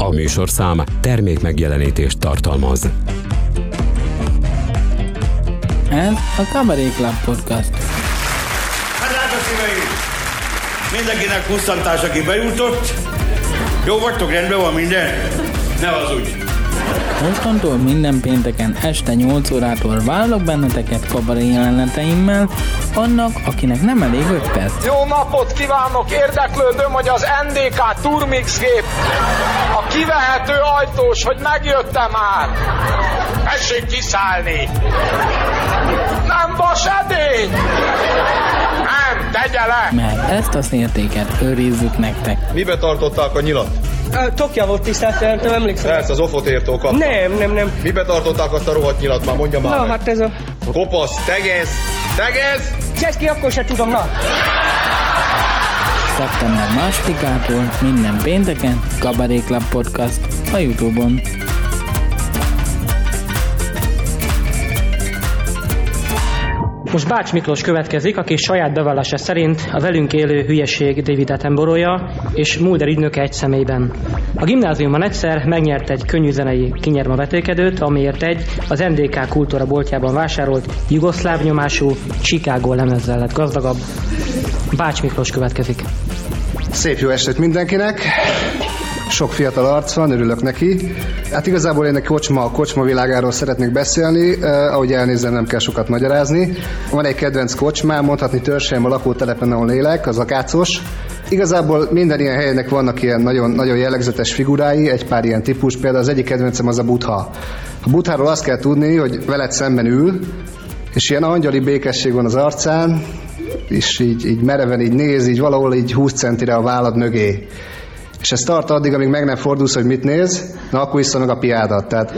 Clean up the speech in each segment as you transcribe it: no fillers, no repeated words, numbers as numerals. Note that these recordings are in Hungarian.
A műsorszám termék megjelenítést tartalmaz. Ez a Cabaret Club Podcast. Hát drága szíveim! Mindenkinek pusztantás, aki bejutott. Jó vagytok, rendben van minden? Ne hazudj! Mostantól minden pénteken este 8 órától várlak benneteket kabaré jeleneteimmel, annak, akinek nem elég 5 perc. Jó napot kívánok! Érdeklődöm, hogy az NDK Turmix gép a kivehető ajtós, hogy megjöttem már! Tessék kiszállni! Nem vas edény! Nem, tegye le! Mert ezt a szértéket őrizzük nektek. Mibe tartották a nyilat? Tokja volt tisztelt, nem emlékszem. Persze, az ofotértól kaptam. Nem. Mibe tartották azt a rohadt nyilat? Már mondja már Na, meg. hát ez a... Kopasz, tegez! Csesz ki, akkor se tudom, na. Szeptember 2-ától minden pénteken Cabaret Club Podcast a YouTube-on. Most Bács Miklós következik, aki saját bevallása szerint a velünk élő hülyeség David Attenborough-ja és Mulder ügynöke egy személyben. A gimnáziumban egyszer megnyert egy könnyűzenei kinyerma vetélkedőt, amiért egy az NDK Kultúra boltjában vásárolt jugoszláv nyomású Chicago lemezzel lett gazdagabb. Bács Miklós következik. Szép jó estét mindenkinek! Sok fiatal arc van, örülök neki. Hát igazából én a kocsma világáról szeretnék beszélni, ahogy elnézem, nem kell sokat magyarázni. Van egy kedvenc kocsmám, mondhatni Törzshelyen a lakótelepen, ahol élek, az Akácos. Igazából minden ilyen helynek vannak ilyen nagyon, nagyon jellegzetes figurái, egy pár ilyen típus, például az egyik kedvencem az a Buddha. A Buddháról azt kell tudni, hogy veled szemben ül, és ilyen angyali békesség van az arcán, és így mereven így néz, így valahol így 20 centire a vállad mögé. És ez tart addig, amíg meg nem fordulsz, hogy mit néz, na akkor vissza meg a piádat. Tehát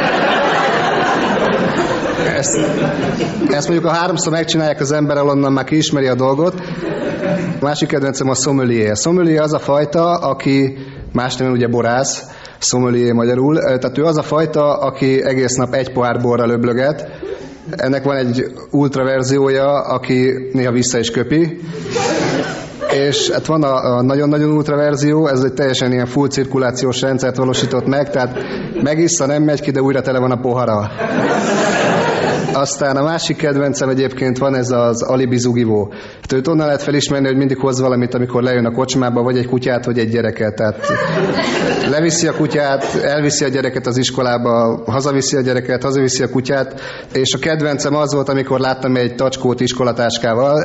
ezt mondjuk a 3-szor megcsinálják az ember, onnan már kiismeri a dolgot. A másik kedvencem a sommelier. A sommelier az a fajta, aki más neven ugye borász, sommelier magyarul, tehát ő az a fajta, aki egész nap egy pohár borra löblöget. Ennek van egy ultra verziója, aki néha vissza is köpi. És hát van a nagyon-nagyon ultra verzió, ez egy teljesen ilyen full cirkulációs rendszert valósított meg, tehát megissza, nem megy ki, de újra tele van a pohara. Aztán a másik kedvencem egyébként van ez az alibi zugivó. Hát őt onnan lehet felismerni, hogy mindig hoz valamit, amikor lejön a kocsmába, vagy egy kutyát, vagy egy gyereket. Tehát leviszi a kutyát, elviszi a gyereket az iskolába, hazaviszi a gyereket, hazaviszi a kutyát, és a kedvencem az volt, amikor láttam egy tacskót iskolatáskával.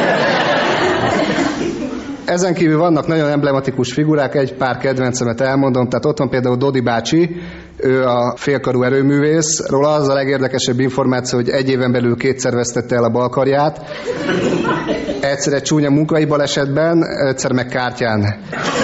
Ezen kívül vannak nagyon emblematikus figurák, egy pár kedvencemet elmondom, tehát ott van például Dodi bácsi, ő a félkarú erőművész, róla az a legérdekesebb információ, hogy egy éven belül 2-szer vesztette el a bal karját, egyszer egy csúnya munkai balesetben, egyszer meg kártyán.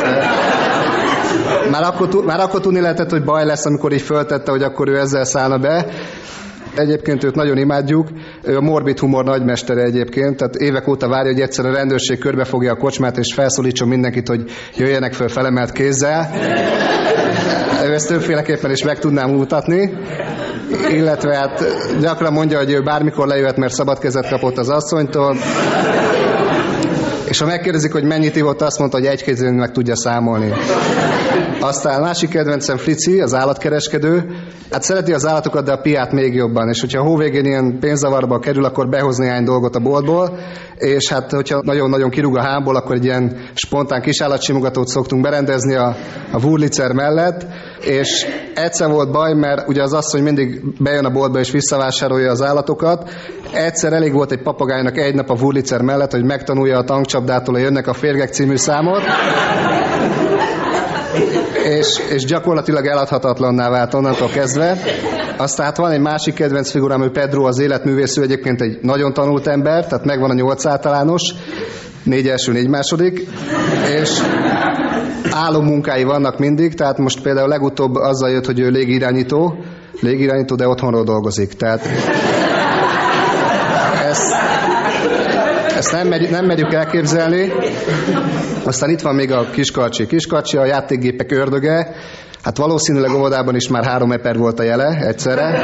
Már akkor tudni lehetett, hogy baj lesz, amikor így föltette, hogy akkor ő ezzel szállna be. Egyébként őt nagyon imádjuk, ő a morbid humor nagymestere egyébként, tehát évek óta várja, hogy egyszer a rendőrség körbefogja a kocsmát, és felszólítson mindenkit, hogy jöjjenek föl felemelt kézzel. Ő ezt többféleképpen is meg tudnám mutatni, illetve hát gyakran mondja, hogy ő bármikor lejöhet, mert szabad kezet kapott az asszonytól, és ha megkérdezik, hogy mennyit ivott, azt mondta, hogy egy kézén meg tudja számolni. Aztán másik kedvencem Frici, az állatkereskedő. Hát szereti az állatokat, de a piát még jobban. És hogyha a hóvégén ilyen pénzzavarba kerül, akkor behoz néhány dolgot a boltból, és hát hogyha nagyon-nagyon kirúg a hámból, akkor egy ilyen spontán kisállatsimogatót szoktunk berendezni a Wurlitzer mellett, és egyszer volt baj, mert ugye az asszony mindig bejön a boltba és visszavásárolja az állatokat. Egyszer elég volt egy papagájnak egy nap a Wurlitzer mellett, hogy megtanulja a Tankcsapdától a Jönnek a férgek című számot, és gyakorlatilag eladhatatlanná vált onnantól kezdve. Aztán hát van egy másik kedvenc figurám, ő Pedro, az életművész, ő egyébként egy nagyon tanult ember, tehát megvan a 8 általános, 4 első, 4 második, és álommunkái vannak mindig, tehát most például legutóbb azzal jött, hogy ő légirányító, de otthonról dolgozik, tehát ezt nem merjük elképzelni. Aztán itt van még a Kiskarcsi. Kiskarcsi a játékgépek ördöge. Hát valószínűleg óvodában is már 3 eper volt a jele egyszerre.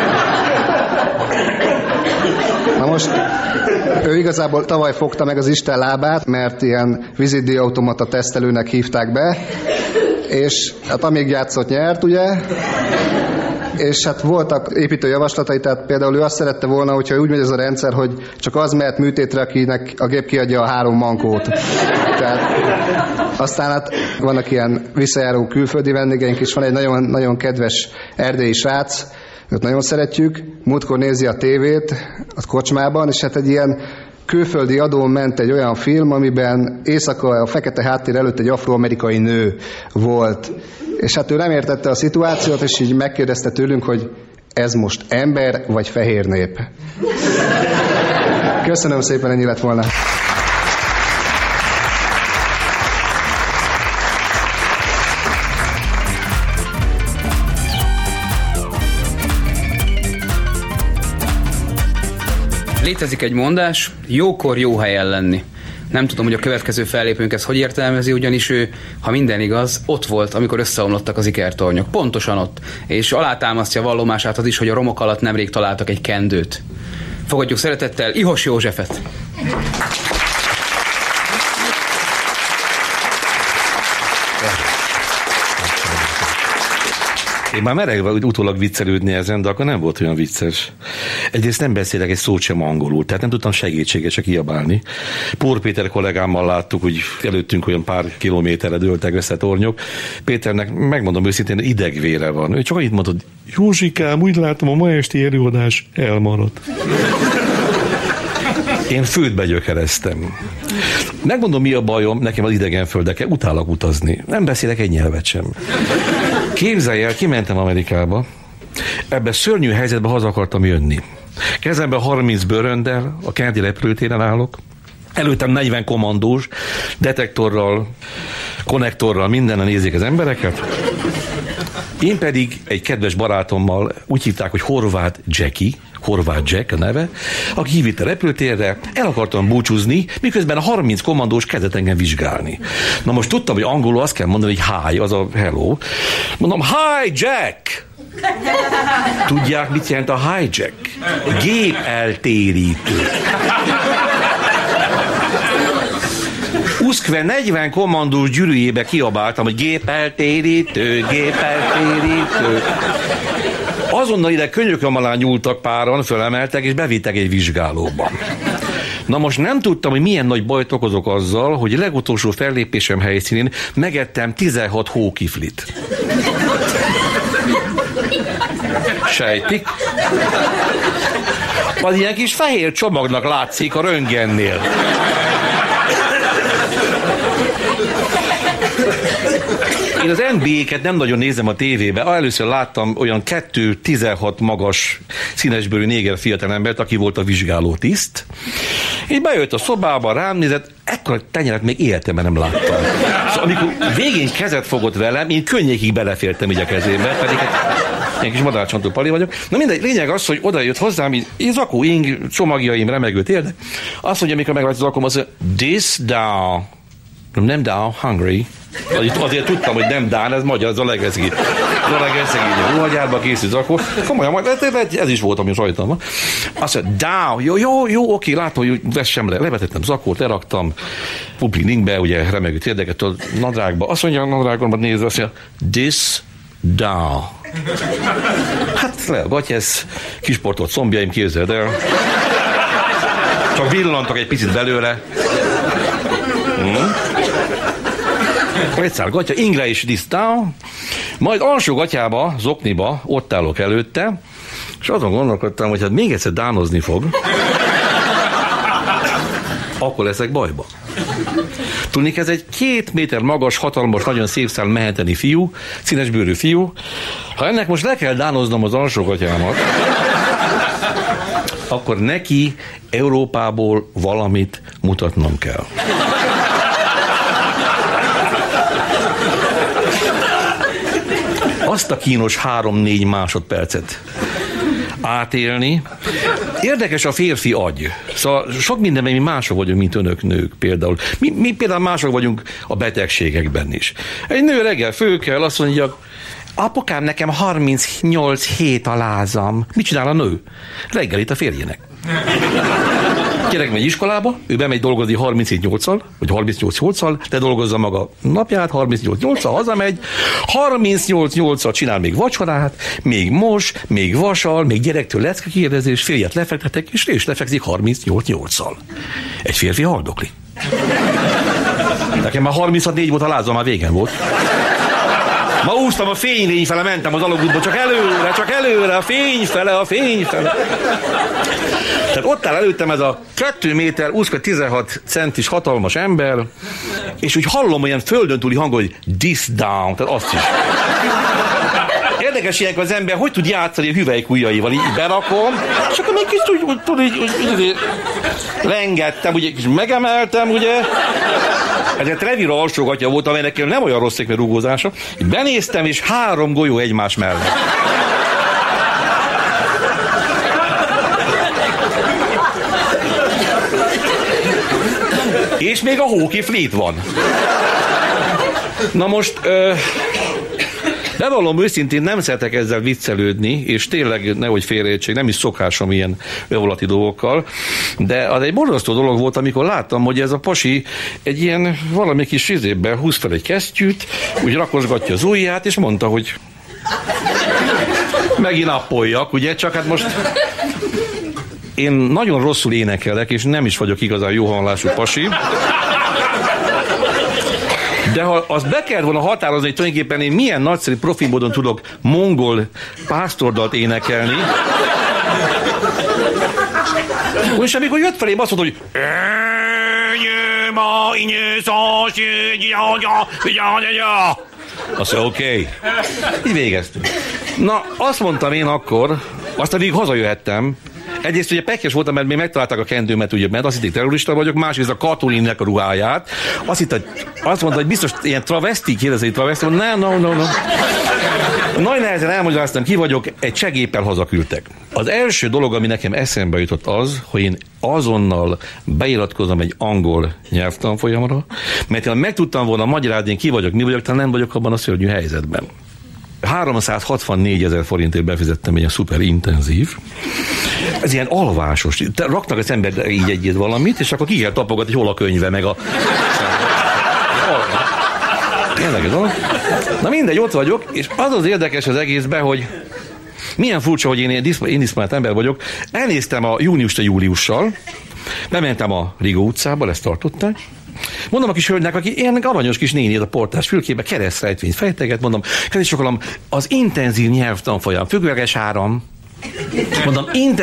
Na most ő igazából tavaly fogta meg az Isten lábát, mert ilyen vizitdíjautomata tesztelőnek hívták be, és hát amíg játszott, nyert, ugye? És hát voltak építő javaslatai, tehát például ő azt szerette volna, hogyha úgy megy ez a rendszer, hogy csak az mehet műtétre, akinek a gép kiadja a 3 mankót. Tehát aztán hát vannak ilyen visszajáró külföldi vendégeink is, van egy nagyon, nagyon kedves erdélyi srác, őt nagyon szeretjük, múltkor nézi a tévét a kocsmában, és hát egy ilyen külföldi adón ment egy olyan film, amiben éjszaka a fekete háttér előtt egy afroamerikai nő volt. És hát ő nem értette a szituációt, és így megkérdezte tőlünk, hogy ez most ember vagy fehér nép. Köszönöm szépen, ennyi lett volna. Létezik egy mondás, jókor jó helyen lenni. Nem tudom, hogy a következő fellépőnk ezt hogy értelmezi, ugyanis ő, ha minden igaz, ott volt, amikor összeomlottak az ikertornyok. Pontosan ott. És alátámasztja vallomását az is, hogy a romok alatt nemrég találtak egy kendőt. Fogadjuk szeretettel Ihos Józsefet! Én már mereg utólag viccelődni ezen, de akkor nem volt olyan vicces. Egyrészt nem beszélek egy szót sem angolul, tehát nem tudtam segítséget se kiabálni. Pór Péter kollégámmal láttuk, hogy előttünk olyan pár kilométerre dőltek össze tornyok. Péternek, megmondom őszintén, idegvére van. Ő csak annyit mondta, hogy Józsikám, úgy látom, a ma esti előadás elmaradt. Én főt gyökereztem. Megmondom, mi a bajom, nekem az idegenföldekkel, utálok utazni. Nem beszélek egy nyelvet sem. Képzelj el, kimentem Amerikába, ebben szörnyű helyzetben haza akartam jönni. Kezemben 30 bőröndel, a Kennedy repülőtéren állok, előttem 40 kommandós, detektorral, konnektorral, mindenen nézik az embereket. Én pedig egy kedves barátommal, úgy hívták, hogy Horváth Jack a neve, aki hívott a repülőtérre, el akartam búcsúzni, miközben a 30 kommandós kezdett engem vizsgálni. Na most tudtam, hogy angolul azt kell mondani, hogy hi, az a hello. Mondom, hi Jack! Tudják, mit jelent a hijack? Gép eltérítő. Uszkve 40 kommandós gyűrűjébe kiabáltam, hogy gép eltérítő. Azonnal ide könyököm alá nyúltak páran, fölemeltek és bevittek egy vizsgálóba. Na most nem tudtam, hogy milyen nagy bajt okozok azzal, hogy legutolsó fellépésem helyszínén megettem 16 hókiflit. Sejtik? Az ilyen kis fehér csomagnak látszik a röntgennél. Én az NBA-ket nem nagyon nézem a tévébe. Először láttam olyan 2,16 magas színesbőrű néger fiatalembert, aki volt a vizsgáló tiszt. Így bejött a szobába, rám nézett, ekkora tenyeret még életemben nem láttam. Szóval amikor végén kezet fogott velem, én könnyékig belefértem így a kezébe, pedig én kis madárcsantú pali vagyok. Na mindegy, lényeg az, hogy oda jött hozzám, így zakó ing, csomagjaim, remegő térde. Azt mondja, amikor meglátsz az alkalom, azt mondja, this down. Nem down, hungry. Azért tudtam, hogy nem dán, ez magyar, ez a legeszegít. Ez a legeszegít. Ruhagyárba készült zakó. Komolyan, ez is volt, ami rajtam van. Azt mondja, down, jó, oké, látom, hogy vessem le. Levetettem zakót, leraktam, public linkbe, ugye remegő térdeket a nadrágba. Azt mondja, a nadrágomban nézve, azt mondja, this down. Hát le a gatyesz, kisportolt szombjaim, képzeld el. Csak villantak egy picit belőle. Egy szál gatya, ingre is this down, majd alsó gatyába, zokniba, ott állok előtte, és azon gondolkodtam, hogy hát még egyszer dánozni fog, akkor leszek bajba. Tudnék, ez egy 2 méter magas, hatalmas, nagyon szép szál meheteni fiú, színesbőrű fiú. Ha ennek most le kell dánoznom az alsó gatyámat, akkor neki Európából valamit mutatnom kell. Azt a kínos 3-4 másodpercet átélni. Érdekes a férfi agy. Szóval sok mindenben mi mások vagyunk, mint önök nők például. Mi például mások vagyunk a betegségekben is. Egy nő reggel föl kell, azt mondja, apukám, nekem 38 hét a lázam. Mit csinál a nő? Reggel itt a férjének. Gyerek megy iskolába, ő bemegy dolgozni 37-8-al, vagy 38-8-al, de dolgozza maga napját, 38-8-al hazamegy, 38-8-al csinál még vacsorát, még mos, még vasal, még gyerektől lecke kérdezés, férjet lefektetek, és lefekszik 38-8-al. Egy férfi haldokli. Nekem már 36-4 volt, a lázam már végen volt. Ma úsztam a fénylény fele, mentem az alagútba, csak előre, a fény fele. Tehát ott áll előttem ez a 2 méter, 16 centis hatalmas ember, és úgy hallom olyan földön túli hangot, hogy this down, tehát azt is. Érdekes ilyenkor az ember, hogy tud játszani a hüvelykujjaival, így berakom, és akkor még kicsit úgy lengettem, ugye, és megemeltem, ugye. Ez egy Trevira alsógatja volt, amelynek nem olyan rossz szék, mert rúgózása. Benéztem, és 3 golyó egymás mellett. És még a hóki flit van. Na most, bevallom őszintén, nem szeretek ezzel viccelődni, és tényleg nehogy félreértsék, nem is szokásom ilyen övolati dolgokkal, de az egy borzasztó dolog volt, amikor láttam, hogy ez a pasi egy ilyen valami kis izébe húz fel egy kesztyűt, úgy rakosgatja az ujját, és mondta, hogy megint appoljak, ugye, csak hát most én nagyon rosszul énekelek, és nem is vagyok igazán jó hallású pasi. De ha azt be kellett volna határozni, hogy tulajdonképpen én milyen nagyszerű profi módon tudok mongol pásztordalt énekelni. És amikor jött felém, azt mondta, hogy azt mondja, oké. Így végeztünk. Na, azt mondtam én akkor, aztán végig hazajöhettem. Egyrészt ugye pekes voltam, mert még megtalálták a kendőmet, ugye, mert azt hitték terrorista vagyok, másrészt a Katulinnek a ruháját. Azt mondta, hogy biztos ilyen travesti, kérdezői travesti, no. Nagy nehezen elmagyaráztam, ki vagyok, egy segéppel hazaküldtek. Az első dolog, ami nekem eszembe jutott az, hogy én azonnal beiratkozom egy angol nyelvtanfolyamra, mert én meg tudtam volna magyarázni, ki vagyok, mi vagyok, talán nem vagyok abban a szörnyű helyzetben. 364 000 forintért befizettem egy szuper intenzív. Ez ilyen alvásos. Raknak az ember így egyet valamit, és akkor ki kell tapogatni, hogy hol a könyve, meg a... Tényleg ez az. Na mindegy, ott vagyok, és az érdekes az egészben, hogy milyen furcsa, hogy én diszponált ember vagyok. Elnéztem a júniust a júliussal, bementem a Rigó utcába, ezt tartották. Mondom a kis hölgynek, aki ilyen aranyos kis néni, a portás fülkébe keresztrejtvényt fejteget, mondom, kedves az intenzív nyelvtanfolyam, függőleges 3. Mondom,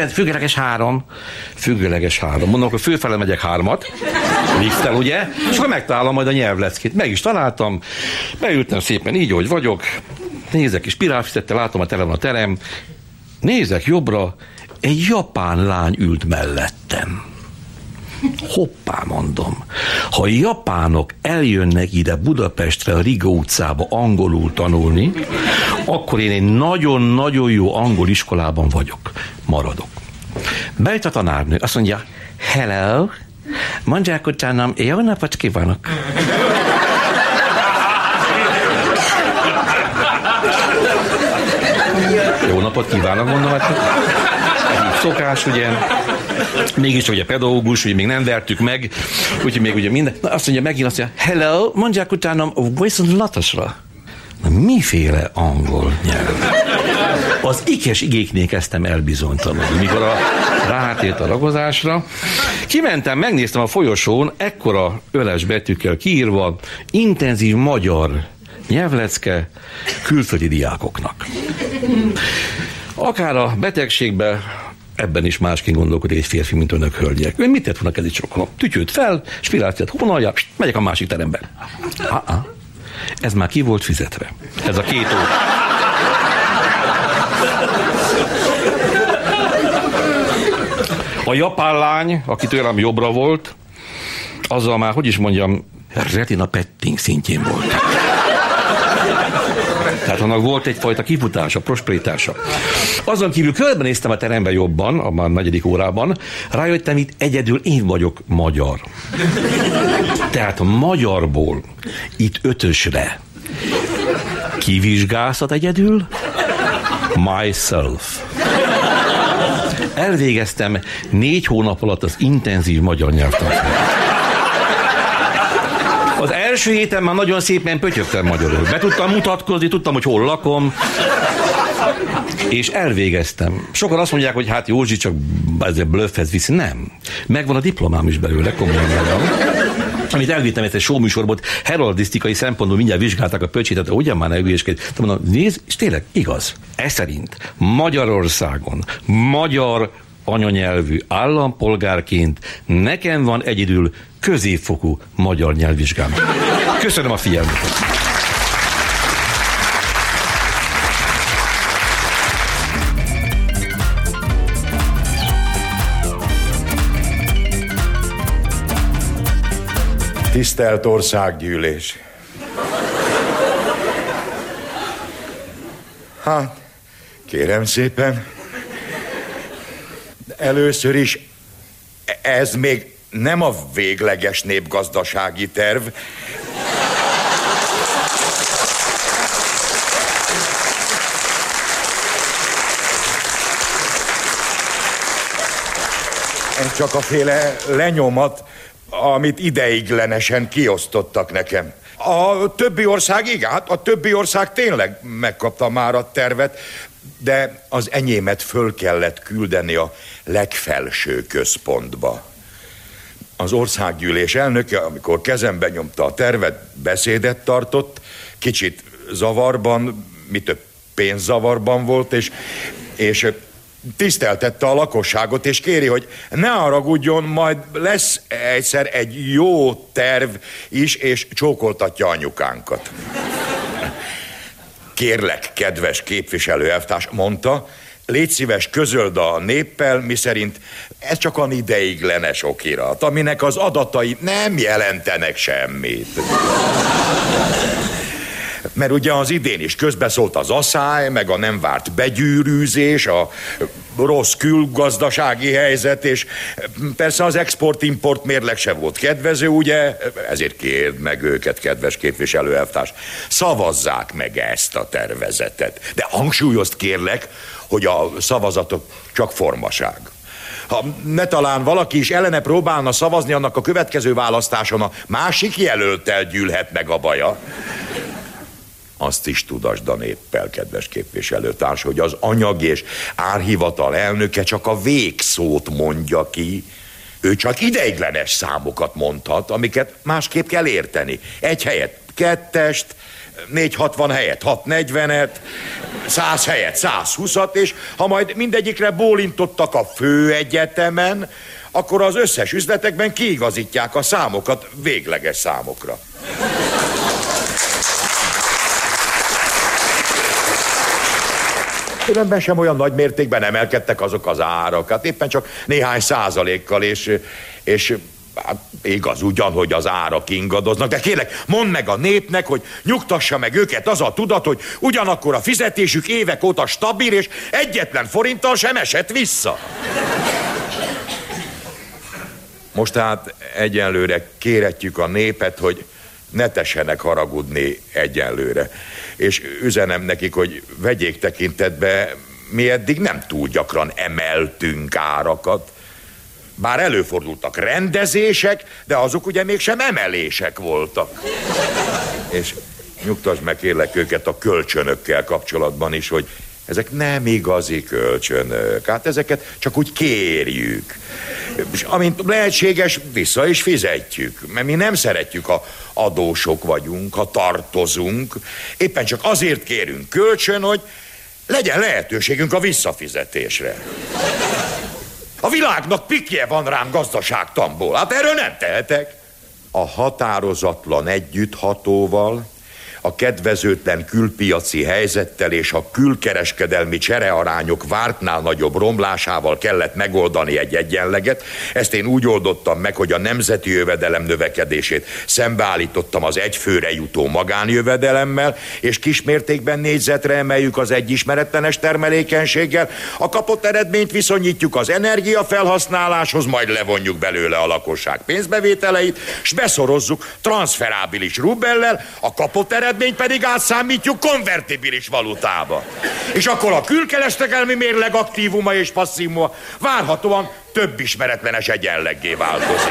függőleges 3. Mondom, akkor főfele megyek 3-at, lifttel, ugye, és akkor megtalálom majd a nyelvleckét. Meg is találtam, beültem szépen így, hogy vagyok, nézek, és spirálfizettel, látom a tele van a terem, nézek jobbra, egy japán lány ült mellettem. Hoppá, mondom, ha japánok eljönnek ide Budapestre, a Riga utcába angolul tanulni, akkor én egy nagyon-nagyon jó angol iskolában vagyok. Maradok. Bejött a tanárnő, azt mondja, hello, mondják utánam, jó napot kívánok. Jó napot kívánok, mondom, hát ez így szokás, ugye. Mégis ugye pedagógus, ugye még nem vertük meg, úgyhogy még ugye minden. Na azt mondja, megint azt mondja, hello, mondják utánam, viszont latosra. Na miféle angol nyelv? Az ikes igéknél kezdtem elbizonytalanodni, mikor rátért a ragozásra. Kimentem, megnéztem a folyosón, ekkora öles betűkkel kiírva, intenzív magyar nyelvlecke külföldi diákoknak. Akár a betegségbe, ebben is másként gondolkodik egy férfi, mint önök hölgyek. Ön mit tett volna kezét csokkolom? Tütyőt fel, spiráciát hónalja, megyek a másik terembe. Ez már ki volt fizetve. Ez a 2 óra. A japán lány, aki tőlem jobbra volt, azzal már, hogy is mondjam, retina petting szintjén volt. Tehát annak volt egyfajta kifutása, prosperitása. Azon kívül körbenéztem a teremben jobban, a már 4. órában, rájöttem, itt egyedül én vagyok magyar. Tehát magyarból itt 5-ösre kivizsgáztat egyedül? Myself. Elvégeztem 4 hónap alatt az intenzív magyar nyelvtanfolyamot. Az első héten már nagyon szépen pötyögtem magyarul. Be tudtam mutatkozni, tudtam, hogy hol lakom, és elvégeztem. Sokan azt mondják, hogy hát Józsi csak ezzel blöffhez viszi. Nem. Megvan a diplomám is belőle, komolyan mondom. Amit elvittem egy showműsorból, heraldisztikai szempontból mindjárt vizsgálták a pöcsét, tehát ugyan már ne hülyeskedj. De mondom, nézd, és tényleg igaz. Ez szerint Magyarországon magyar anyanyelvű állampolgárként nekem van egyedül középfokú magyar nyelvvizsgám. Köszönöm a figyelmet! Tisztelt Országgyűlés! Hát, kérem szépen, először is ez még nem a végleges népgazdasági terv. Ez csak a féle lenyomat, amit ideiglenesen kiosztottak nekem. A többi ország, igen, hát a többi ország tényleg megkapta már a tervet, de az enyémet föl kellett küldeni a legfelső központba. Az országgyűlés elnöke, amikor kezembe nyomta a tervet, beszédet tartott, kicsit zavarban, mi több pénzzavarban volt, és tiszteltette a lakosságot, és kéri, hogy ne haragudjon, majd lesz egyszer egy jó terv is, és csókoltatja anyukánkat. Kérlek, kedves képviselő elvtárs, mondta, légy szíves, közöld a néppel, miszerint ez csak an ideiglenes okirat, aminek az adatai nem jelentenek semmit. Mert ugye az idén is közbeszólt az aszály, meg a nem várt begyűrűzés, a rossz külgazdasági helyzet, és persze az export-import mérleg se volt kedvező, ugye? Ezért kérd meg őket, kedves képviselő elvtárs, szavazzák meg ezt a tervezetet. De hangsúlyozd kérlek, hogy a szavazatok csak formaság. Ha ne talán valaki is ellene próbálna szavazni, annak a következő választáson a másik jelölttel gyűlhet meg a baja. Azt is tudasd a néppel, kedves képviselőtárs, hogy az anyag és árhivatal elnöke csak a végszót mondja ki. Ő csak ideiglenes számokat mondhat, amiket másképp kell érteni. 1 helyett 2-est, 460 helyett 640-et, 100 helyett 120-at, és ha majd mindegyikre bólintottak a főegyetemen, akkor az összes üzletekben kiigazítják a számokat végleges számokra. Különben sem olyan nagy mértékben emelkedtek azok az árak, hát éppen csak néhány százalékkal, és hát igaz ugyan, hogy az árak ingadoznak, de kérlek, mondd meg a népnek, hogy nyugtassa meg őket az a tudat, hogy ugyanakkor a fizetésük évek óta stabil, és egyetlen forinttal sem esett vissza. Most tehát egyenlőre kéretjük a népet, hogy ne tessenek haragudni egyenlőre. És üzenem nekik, hogy vegyék tekintetbe, mi eddig nem túl gyakran emeltünk árakat. Bár előfordultak rendezések, de azok ugye mégsem emelések voltak. És nyugtasd meg kérlek őket a kölcsönökkel kapcsolatban is, hogy ezek nem igazi kölcsönök. Hát ezeket csak úgy kérjük. És amint lehetséges, vissza is fizetjük. Mert mi nem szeretjük, ha adósok vagyunk, ha tartozunk. Éppen csak azért kérünk kölcsön, hogy legyen lehetőségünk a visszafizetésre. A világnak pikje van rám gazdaságtanból. Hát erről nem tehetek. A határozatlan együtthatóval, a kedvezőtlen külpiaci helyzettel és a külkereskedelmi cserearányok vártnál nagyobb romlásával kellett megoldani egy egyenleget. Ezt én úgy oldottam meg, hogy a nemzeti jövedelem növekedését szembeállítottam az egyfőre jutó magánjövedelemmel, és kismértékben négyzetre emeljük az egyismeretlenes termelékenységgel. A kapott eredményt viszonyítjuk az energiafelhasználáshoz, majd levonjuk belőle a lakosság pénzbevételeit, s beszorozzuk transzferábilis rubellel a kapott eredményt eredményt pedig átszámítjuk konvertibilis valutába. És akkor a külkereskedelmi mérleg aktívuma és passzívuma várhatóan több ismeretlenes egyenleggé változik.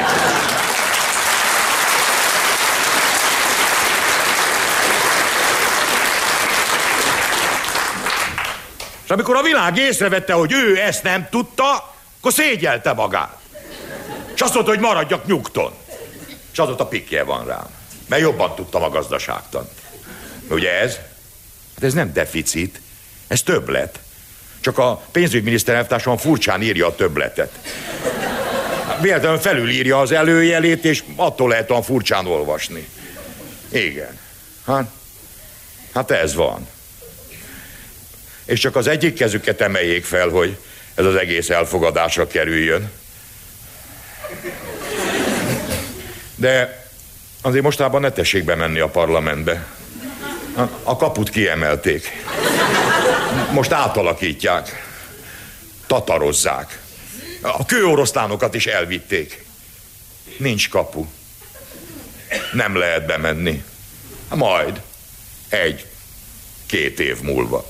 És amikor a világ észrevette, hogy ő ezt nem tudta, akkor szégyelte magát. És azt mondta, hogy maradjak nyugton. És azóta pikje van rám. Mert jobban tudtam a gazdaságtant. Ugye ez? Hát ez nem deficit, ez többlet. Csak a pénzügyminiszter elvtársam furcsán írja a többletet. Véletlenül felülírja az előjelét, és attól lehet olyan furcsán olvasni. Igen. Hát ez van. És csak az egyik kezüket emeljék fel, hogy ez az egész elfogadásra kerüljön. De azért mostában ne tessék bemenni a parlamentbe. A kaput kiemelték. Most átalakítják. Tatarozzák. A kőoroszlánokat is elvitték. Nincs kapu. Nem lehet bemenni. Majd 1-2 év múlva.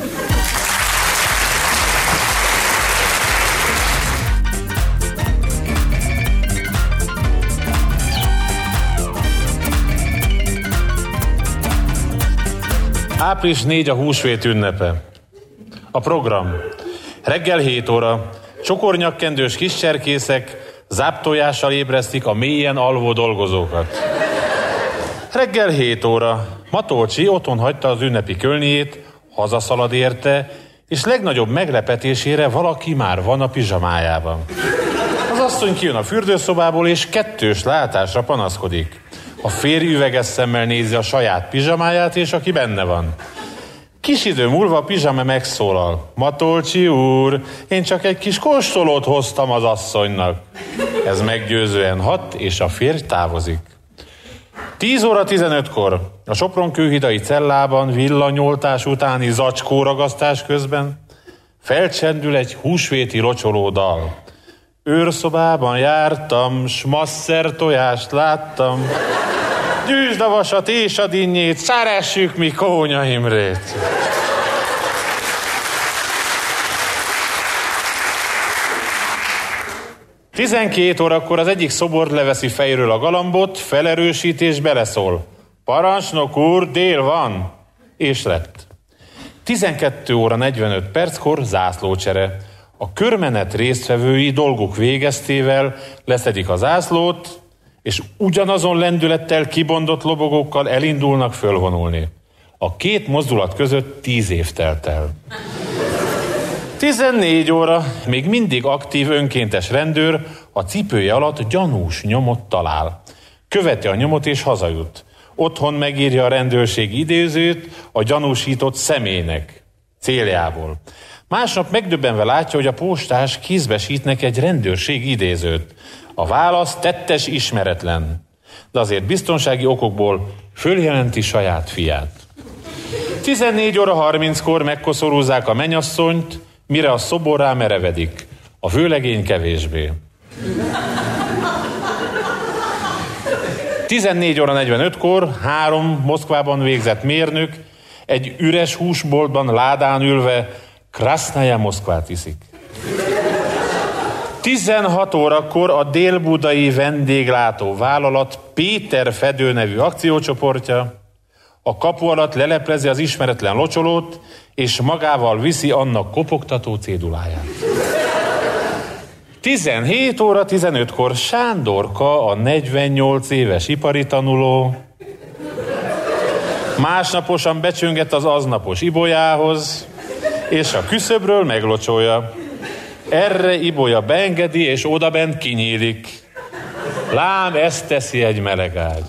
Április 4 a húsvét ünnepe. A program. Reggel 7 óra. Csokornyakkendős kiscserkészek záptojással ébresztik a mélyen alvó dolgozókat. Reggel 7 óra. Matolcsi otthon hagyta az ünnepi kölniét, hazaszalad érte, és legnagyobb meglepetésére valaki már van a pizsamájában. Az asszony kijön a fürdőszobából, és kettős látásra panaszkodik. A férj üveges szemmel nézi a saját pizsamáját, és aki benne van. Kis idő múlva a pizsama megszólal. Matolcsi úr, én csak egy kis kóstolót hoztam az asszonynak. Ez meggyőzően hat, és a férj távozik. 10 óra 15-kor a Sopron-kőhidai cellában villanyoltás utáni zacskóragasztás közben felcsendül egy húsvéti locsoló dal. Őrszobában jártam, s masszer tojást láttam. Gyűjtsd a vasat és a dinnyét, szeressük mi Kónya Imrét. – 12 órakor az egyik szobor leveszi fejről a galambot, felerősít és beleszól. Parancsnok úr, dél van! És lett. 12 óra 45 perckor zászlócsere. A körmenet résztvevői dolguk végeztével leszedik a zászlót, és ugyanazon lendülettel kibondott lobogókkal elindulnak fölvonulni. A két mozdulat között 10 év telt el. 14 óra, még mindig aktív önkéntes rendőr a cipője alatt gyanús nyomot talál. Követi a nyomot és hazajut. Otthon megírja a rendőrség idézőt a gyanúsított személynek, céljából. Másnap megdöbbenve látja, hogy a postás kézbesítnek egy rendőrség idézőt. A válasz tettes ismeretlen, de azért biztonsági okokból följelenti saját fiát. 14 óra 30-kor megkoszorúzzák a mennyasszonyt, mire a szobor rá merevedik. A vőlegény kevésbé. 14 óra 45-kor 3 Moszkvában végzett mérnök egy üres húsboltban ládán ülve Krasznaja Moszkvát iszik. 16 órakor a délbudai vendéglátó vállalat Péter Fedő nevű akciócsoportja a kapu alatt leleplezi az ismeretlen locsolót, és magával viszi annak kopogtató céduláját. 17 óra 15-kor Sándorka, a 48 éves ipari tanuló, másnaposan becsönget az aznapos ibolyához, és a küszöbről meglocsolja. Erre Ibolya beengedi, és odabent kinyílik. Lám, ezt teszi egy melegágy.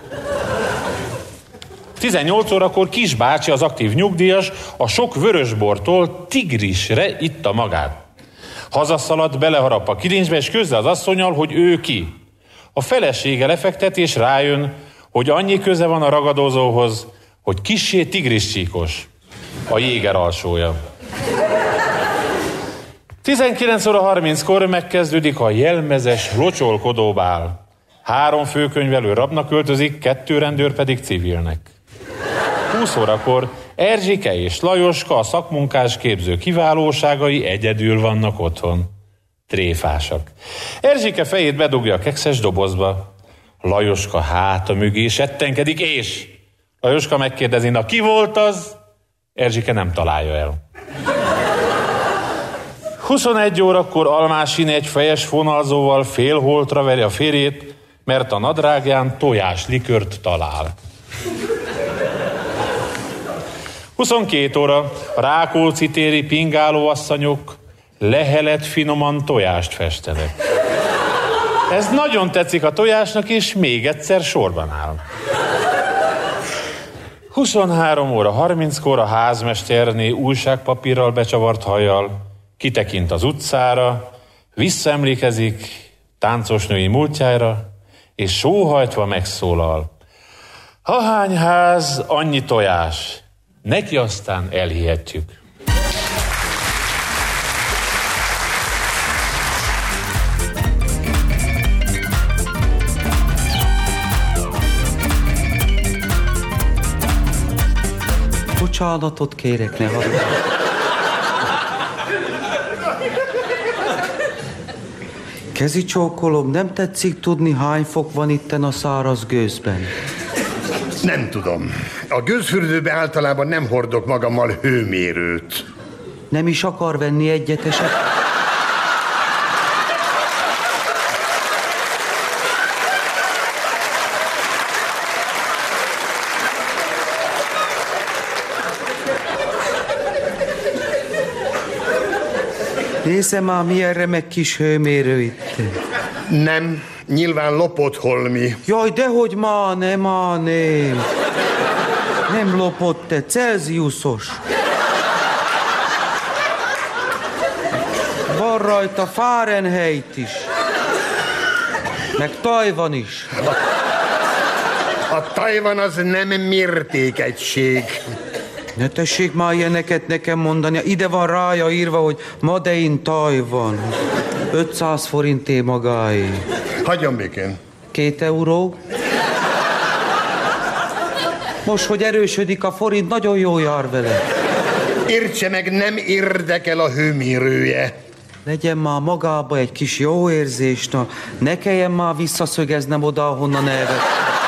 18 órakor Kisbácsi, az aktív nyugdíjas, a sok vörösbortól tigrisre itta magát. Hazaszaladt, beleharap a kilincsbe, és közze az asszonnyal, hogy ő ki. A felesége lefektet, és rájön, hogy annyi köze van a ragadozóhoz, hogy kissé tigriscsíkos. A jéger alsója. 19 óra 30-kor megkezdődik a jelmezes locsolkodóbál. 3 főkönyvelő rabnak öltözik, 2 rendőr pedig civilnek. 20 órakor Erzsike és Lajoska, a szakmunkás képző kiválóságai egyedül vannak otthon. Tréfásak. Erzsike fejét bedugja a kekszes dobozba. Lajoska háta mögé settenkedik, és Lajoska megkérdezi, na ki volt az? Erzsike nem találja el. 21 órakor Almásin egy fejes fonalzóval félholtra veri a férjét, mert a nadrágján tojáslikört talál. 22 óra a Rákóczi téri pingálóasszonyok lehelet finoman tojást festenek. Ez nagyon tetszik a tojásnak, és még egyszer sorban áll. 23 óra 30-kor a házmesterné újságpapírral becsavart hajjal kitekint az utcára, visszaemlékezik táncosnői múltjára, és sóhajtva megszólal. Ahány ház, annyi tojás. Neki aztán elhihetjük. Bocsánatot kérek, ne haragudj. Kezi csókolom, nem tetszik tudni, hány fok van itten a száraz gőzben? Nem tudom. A gőzfürdőbe általában nem hordok magammal hőmérőt. Nem is akar venni egyet esetleg? Nézze már, milyen remek kis hőmérő itt. Nem, nyilván lopott holmi. Jaj, dehogy már nem. Nem lopott, te celziuszos. Van rajta Fahrenheit is. Meg Tajvan is. A Tajvan az nem mértékegység. Ne tessék már ilyeneket nekem mondani. Ide van rája írva, hogy Made in Tajvan. 500 forinté magáé. Hagyjon békén. 2 euró. Most, hogy erősödik a forint, nagyon jó jár vele. Értse meg, nem érdekel a hőmérője. Legyen már magába egy kis jó érzés, na. Ne kelljen már visszaszögeznem oda, ahonnan elvettem.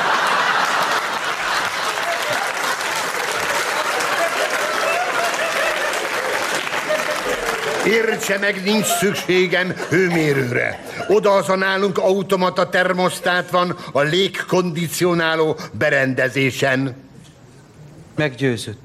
Értse meg, nincs szükségem hőmérőre. Odahaza nálunk automata termosztát van a légkondicionáló berendezésen. Meggyőzött.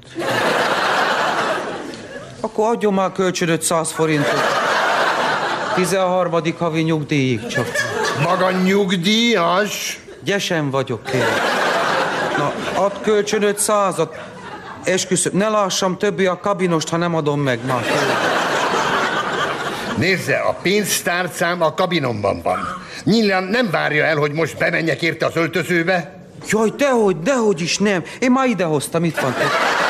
Akkor adjon már kölcsön 500 forintot. 13. havi nyugdíjig csak. Maga nyugdíjas? Gyesen vagyok, kérlek. Na, add kölcsön 500-at. Esküszöm, ne lássam többé a kabinost, ha nem adom meg már. Nézze, a pénztárcám a kabinomban van. Nyilván nem várja el, hogy most bemenjek érte az öltözőbe? Jaj, dehogy is nem. Én már idehoztam, itt van.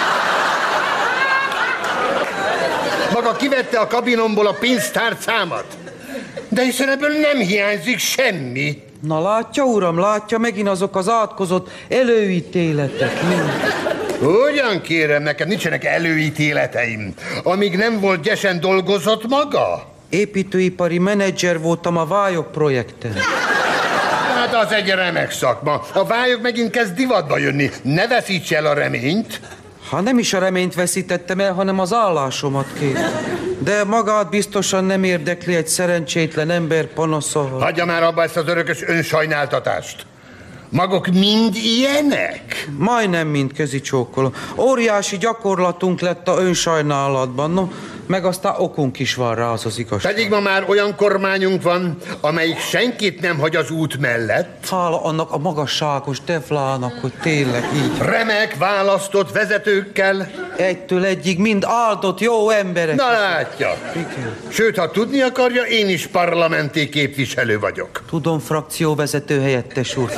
Maga kivette a kabinomból a pénztárcámat? De hiszen ebből nem hiányzik semmi. Na látja, uram, látja, megint azok az átkozott előítéletek. Ugyan kérem, nekem nincsenek előítéleteim. Amíg nem volt gyesen dolgozott maga? Építőipari menedzser voltam a Vályok projekten. Hát az egy remek szakma. A Vályok megint kezd divatba jönni. Ne veszíts el a reményt. Ha nem is a reményt veszítettem el, hanem az állásomat, kérem. De magát biztosan nem érdekli egy szerencsétlen ember panasza. Hagyja már abba ezt az örökös önsajnáltatást. Maguk mind ilyenek? Majdnem mind, kezi csókolom. Óriási gyakorlatunk lett a önsajnálatban, no, meg aztán okunk is van rá, az igazság. Pedig ma már olyan kormányunk van, amelyik senkit nem hagy az út mellett. Hála annak a magasságos Teflának, hogy tényleg így. Remek választott vezetőkkel. Egytől egyig mind áldott jó emberek. Na látja. Igen. Sőt, ha tudni akarja, én is parlamenti képviselő vagyok. Tudom, frakcióvezető helyettes úr.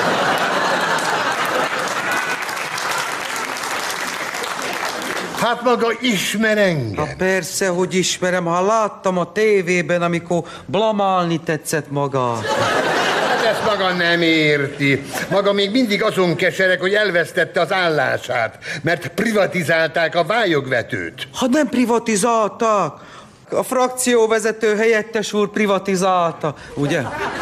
Hát maga ismer engem. Hát persze, hogy ismerem, ha láttam a tévében, amikor blamálni tetszett magát. De Ezt maga nem érti. Maga még mindig azon kesereg, hogy elvesztette az állását, mert privatizálták a vályogvetőt. Hát nem privatizálták. A frakcióvezető helyettes úr privatizálta, ugye?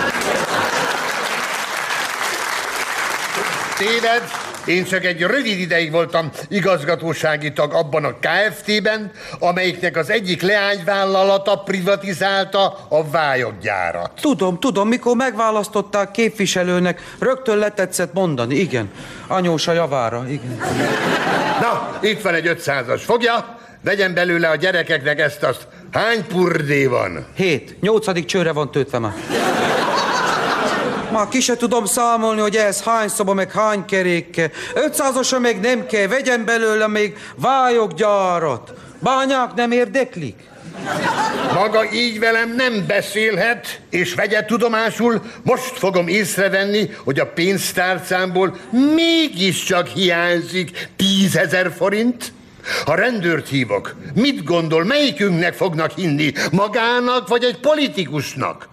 Téved, én csak egy rövid ideig voltam igazgatósági tag abban a KFT-ben, amelyiknek az egyik leányvállalata privatizálta a vályoggyárat. Tudom, mikor megválasztották képviselőnek, rögtön letetszett mondani, igen. Anyósa javára, igen. Na, itt van egy 500-as, fogja? Vegyen belőle a gyerekeknek ezt-azt. Hány purdé van? 7. 8. csőre van töltve már. Már ki se tudom számolni, hogy ez hány szoba, meg hány keréke. 500-osa még nem kell, vegyen belőle még vályoggyárat. Bányák nem érdeklik? Maga így velem nem beszélhet, és vegye tudomásul, most fogom észrevenni, hogy a pénztárcámból mégiscsak hiányzik 10 000 forint. Ha rendőrt hívok, mit gondol, melyikünknek fognak hinni? Magának, vagy egy politikusnak?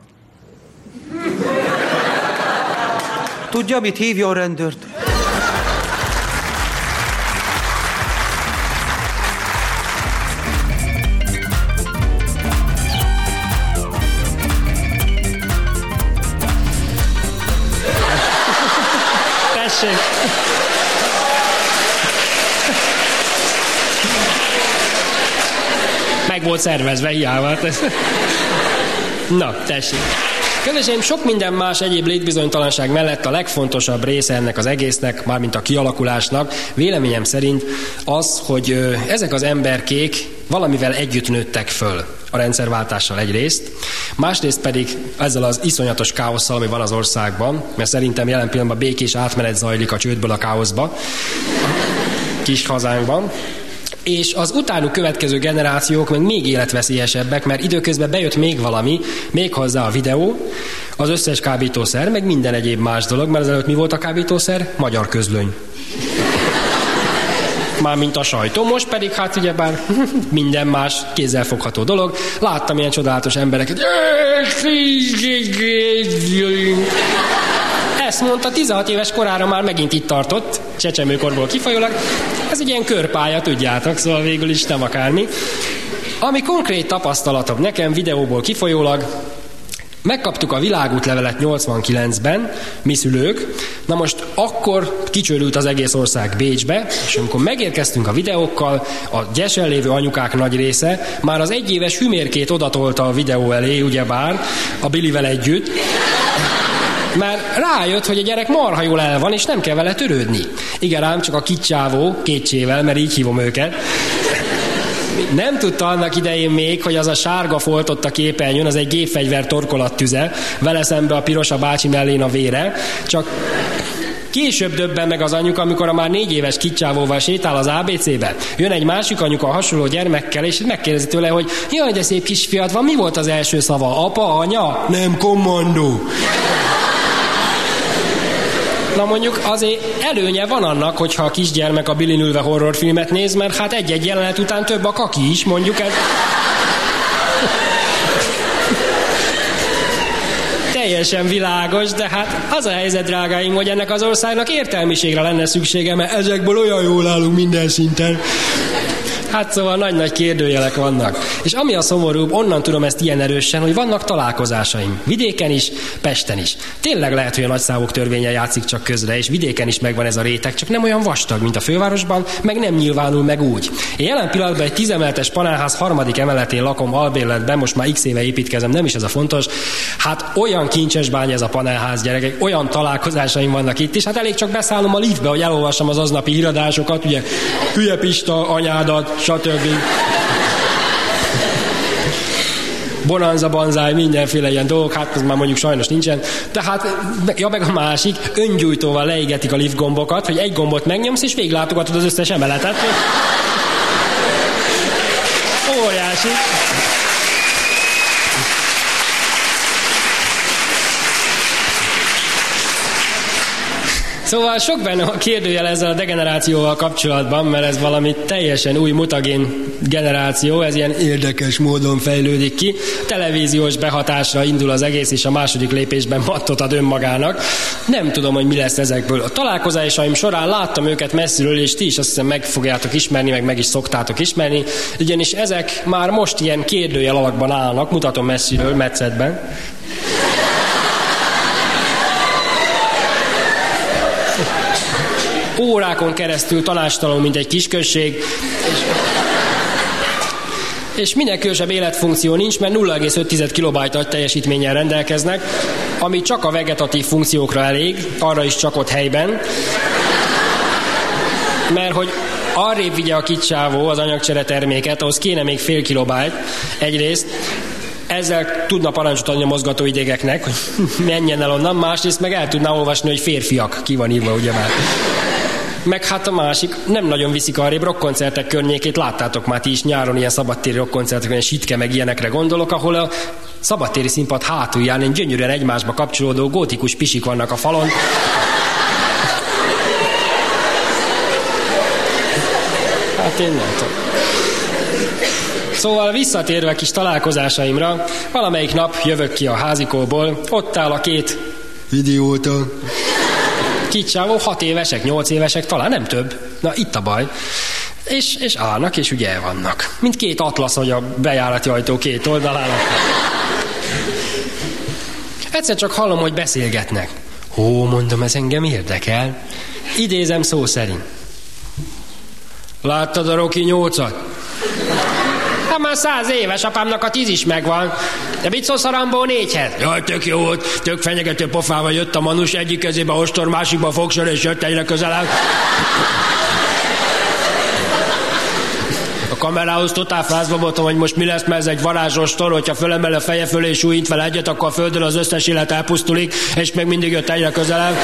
Tudja, mit hívja a rendőrt? Tessék! Meg volt szervezve, hiába. Na, tessék. Kedveseim, sok minden más egyéb létbizonytalanság mellett a legfontosabb része ennek az egésznek, mármint a kialakulásnak, véleményem szerint az, hogy ezek az emberkék valamivel együtt nőttek föl a rendszerváltással egyrészt, másrészt pedig ezzel az iszonyatos káosszal, ami van az országban, mert szerintem jelen pillanatban békés átmenet zajlik a csődből a káoszba, a kis hazánkban. És az utánuk következő generációk meg még életveszélyesebbek, mert időközben bejött még valami, méghozzá a videó, az összes kábítószer, meg minden egyéb más dolog, mert ezelőtt mi volt a kábítószer? Magyar közlöny. Mármint a sajtó, most pedig hát ugyebár minden más kézzelfogható dolog. Láttam ilyen csodálatos embereket. Ezt mondta, 16 éves korára már megint itt tartott, csecsemőkorból kifolyólag. Ez egy ilyen körpálya, tudjátok, szóval végül is nem akármi. Ami konkrét tapasztalatom nekem videóból kifolyólag, megkaptuk a világútlevelet 89-ben, mi szülők. Na most akkor kicsőrült az egész ország Bécsbe, és amikor megérkeztünk a videókkal, a gyesen lévő anyukák nagy része már az 1 éves hümérkét odatolta a videó elé, ugyebár, a Billivel együtt. Mert rájött, hogy a gyerek marha jól el van, és nem kell vele törődni. Igen ám, csak a kicsávó, 2 mert így hívom őket. Nem tudta annak idején még, hogy az a sárga folt ott a képernyőn, az egy gépfegyver torkolattüze, vele szembe a piros a bácsi mellén a vére, csak később döbben meg az anyuka, amikor a már 4 éves kicsávóval sétál az ABC-be. Jön egy másik anyuka hasonló gyermekkel, és megkérdezi tőle, hogy jaj, de szép kisfiad van, mi volt az első szava? Apa, anya? Nem, kommandó. Na mondjuk azért előnye van annak, hogyha a kisgyermek a Billin ülve horrorfilmet néz, mert hát egy-egy jelenet után több a kaki is, mondjuk ez... Teljesen világos, de hát az a helyzet, drágáim, hogy ennek az országnak értelmiségre lenne szüksége, mert ezekből olyan jól állunk minden szinten. Hát szóval nagy-nagy kérdőjelek vannak. És ami a szomorúbb, onnan tudom ezt ilyen erősen, hogy vannak találkozásaim. Vidéken is, Pesten is. Tényleg lehet, hogy a nagyszámok törvénye játszik csak közre, és vidéken is megvan ez a réteg, csak nem olyan vastag, mint a fővárosban, meg nem nyilvánul meg úgy. Én jelen pillanatban egy 10 emeletes panelház 3. emeletén lakom albérletben, most már x éve építkezem, nem is ez a fontos. Hát olyan kincses bánya ez a panelház, gyerekek, olyan találkozásaim vannak itt, és hát elég csak beszállnom a liftbe, hogy elolvassam az aznapi híradásokat, ugye, hülye Pista, anyádat, stb. Bonanza, banzáj, mindenféle ilyen dolgok, hát ez már mondjuk sajnos nincsen. Tehát, ja, meg a másik, öngyújtóval leégetik a lift gombokat, hogy egy gombot megnyomsz, és végiglátogatod az összes emeletet. Óriási. Szóval sok benne a kérdőjel ezzel a degenerációval kapcsolatban, mert ez valami teljesen új mutagén generáció, ez ilyen érdekes módon fejlődik ki. Televíziós behatásra indul az egész, és a második lépésben mattot ad önmagának. Nem tudom, hogy mi lesz ezekből. A találkozásaim során láttam őket messziről, és ti is azt hiszem meg fogjátok ismerni, meg is szoktátok ismerni. Ugyanis ezek már most ilyen kérdőjel alakban állnak, mutatom messziről, metszetben. Órákon keresztül tanástalanul, mint egy kisközség, és minél különösebb életfunkció nincs, mert 0,5 kilobájt agyteljesítménnyel rendelkeznek, ami csak a vegetatív funkciókra elég, arra is csak ott helyben, mert hogy arrébb vigye a kicsávó az anyagcsere terméket, ahhoz kéne még fél kilobájt egyrészt, ezzel tudna parancsot adni a mozgatóidegeknek, hogy menjen el onnan, másrészt meg el tudná olvasni, hogy férfiak, ki van írva, ugye már. Meg hát a másik, nem nagyon viszik arrébb rockkoncertek környékét, láttátok már ti is nyáron ilyen szabadtéri rockkoncertekben, Sitke meg ilyenekre gondolok, ahol a szabadtéri színpad hátulján egy gyönyörűen egymásba kapcsolódó gótikus pisik vannak a falon. Hát én nem tudom. Szóval visszatérve kis találkozásaimra, valamelyik nap jövök ki a házikóból, ott áll a két idióta. Kicsávó 6 évesek, 8 évesek, talán nem több. Na, itt a baj. És állnak, és ugye vannak. Mint két atlasz, hogy a bejárati ajtó két oldalán. Egyszer csak hallom, hogy beszélgetnek. Ó, mondom, ez engem érdekel. Idézem szó szerint. Láttad a Rocky 8-at? Hát már 100 éves, apámnak a 10 is megvan. De mit szólsz a Rambó 4-hez? Jaj, tök jó volt, tök fenyegető pofával jött a manus, egyik kezébe ostor, másikba fogsor, és jött egyre közelebb. A kamerához totál frázba voltam, hogy most mi lesz, mert ez egy varázsostor, hogyha fölemel a feje fölé és újint fel egyet, akkor a földön az összes élet elpusztulik, és még mindig jött egyre közelebb.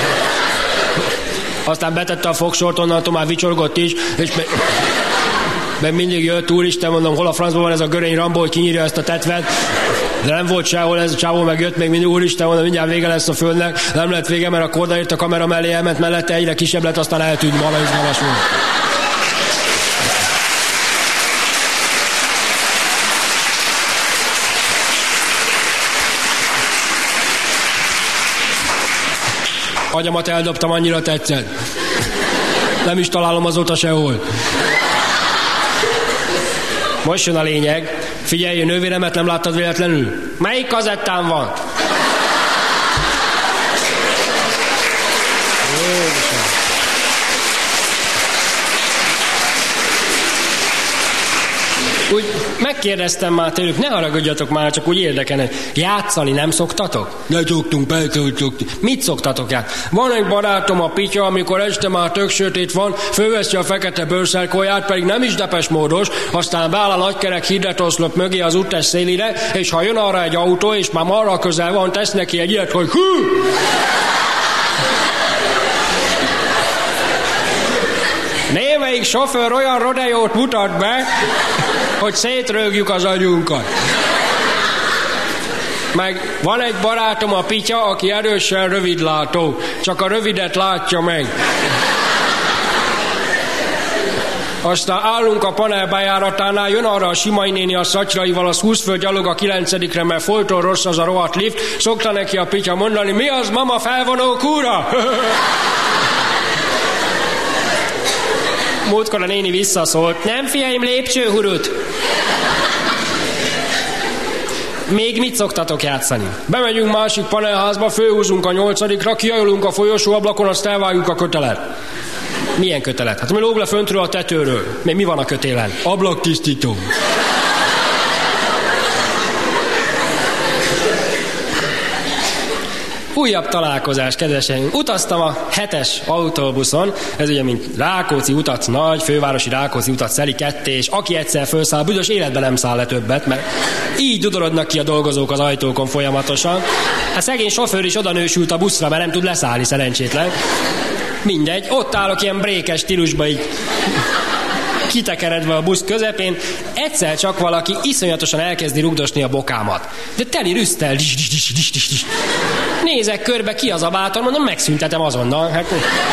Aztán betette a fogsort, onnantól már vicsorgott is, és meg mindig jött, úristen, mondom, hol a francban van ez a görény Rambó, hogy kinyírja ezt a tetvet. De nem volt sehol, ez a csávó megjött, még mindig, úristen, mondom, mindjárt vége lesz a földnek. Nem lett vége, mert akkor odaért a kamera mellé, elment mellette, egyre kisebb lett, aztán eltűnt, vala izgalmas volt. Agyamat eldobtam, annyira tetszett. Nem is találom azóta sehol. Most jön a lényeg. Figyelj, nővéremet nem láttad véletlenül? Melyik kazettán van? Úgy megkérdeztem már tőlük, ne haragudjatok már, csak úgy érdekelne. Játszani nem szoktatok? Ne szoktunk, persze, hogy szoktunk. Mit szoktatok játszani? Van egy barátom, a Pitya, amikor este már tök sötét van, fölveszi a fekete bőrszerkóját, pedig nem is depesmódos, aztán beáll a nagykerek hirdetőoszlop mögé az útes szélire, és ha jön arra egy autó, és már marra közel van, tesz neki egy ilyet, hogy hű! Némelyik sofőr olyan rodeót mutat be, hogy szétrögjük az agyunkat. Meg van egy barátom, a Pitya, aki erősen rövidlátó, csak a rövidet látja meg. Aztán állunk a panel bejáratánál, jön arra a Simai néni a szatyraival, az 20 föl gyalog a 9-re, mert folyton rossz az a rohadt lift. Szokta neki a Pitya mondani, mi az, mama, felvonó kúra? Múltkor a néni visszaszólt, nem fiaim, lépcsőhurut. Még mit szoktatok játszani? Bemegyünk másik panelházba, fölhúzunk a 8-ra, kijajolunk a folyosóablakon, azt elvágjuk a kötelet. Milyen kötelet? Hát mi lóg le föntről a tetőről. Mi van a kötélen? Ablaktisztító. Újabb találkozás, kedveseim. Utaztam a 7-es autóbuszon, ez ugye mint Rákóczi utat, nagy fővárosi Rákóczi utat szeli ketté, és aki egyszer felszáll, büdös életben nem száll le többet, mert így dudorodnak ki a dolgozók az ajtókon folyamatosan. Hát szegény sofőr is oda nősült a buszra, mert nem tud leszállni, szerencsétlen. Mindegy, ott állok ilyen brékes stílusba így. kitekeredve a busz közepén, egyszer csak valaki iszonyatosan elkezdi rugdosni a bokámat. De teli rüsztel. Nézek körbe, ki az a bátor, mondom, megszüntetem azonnal. Hát...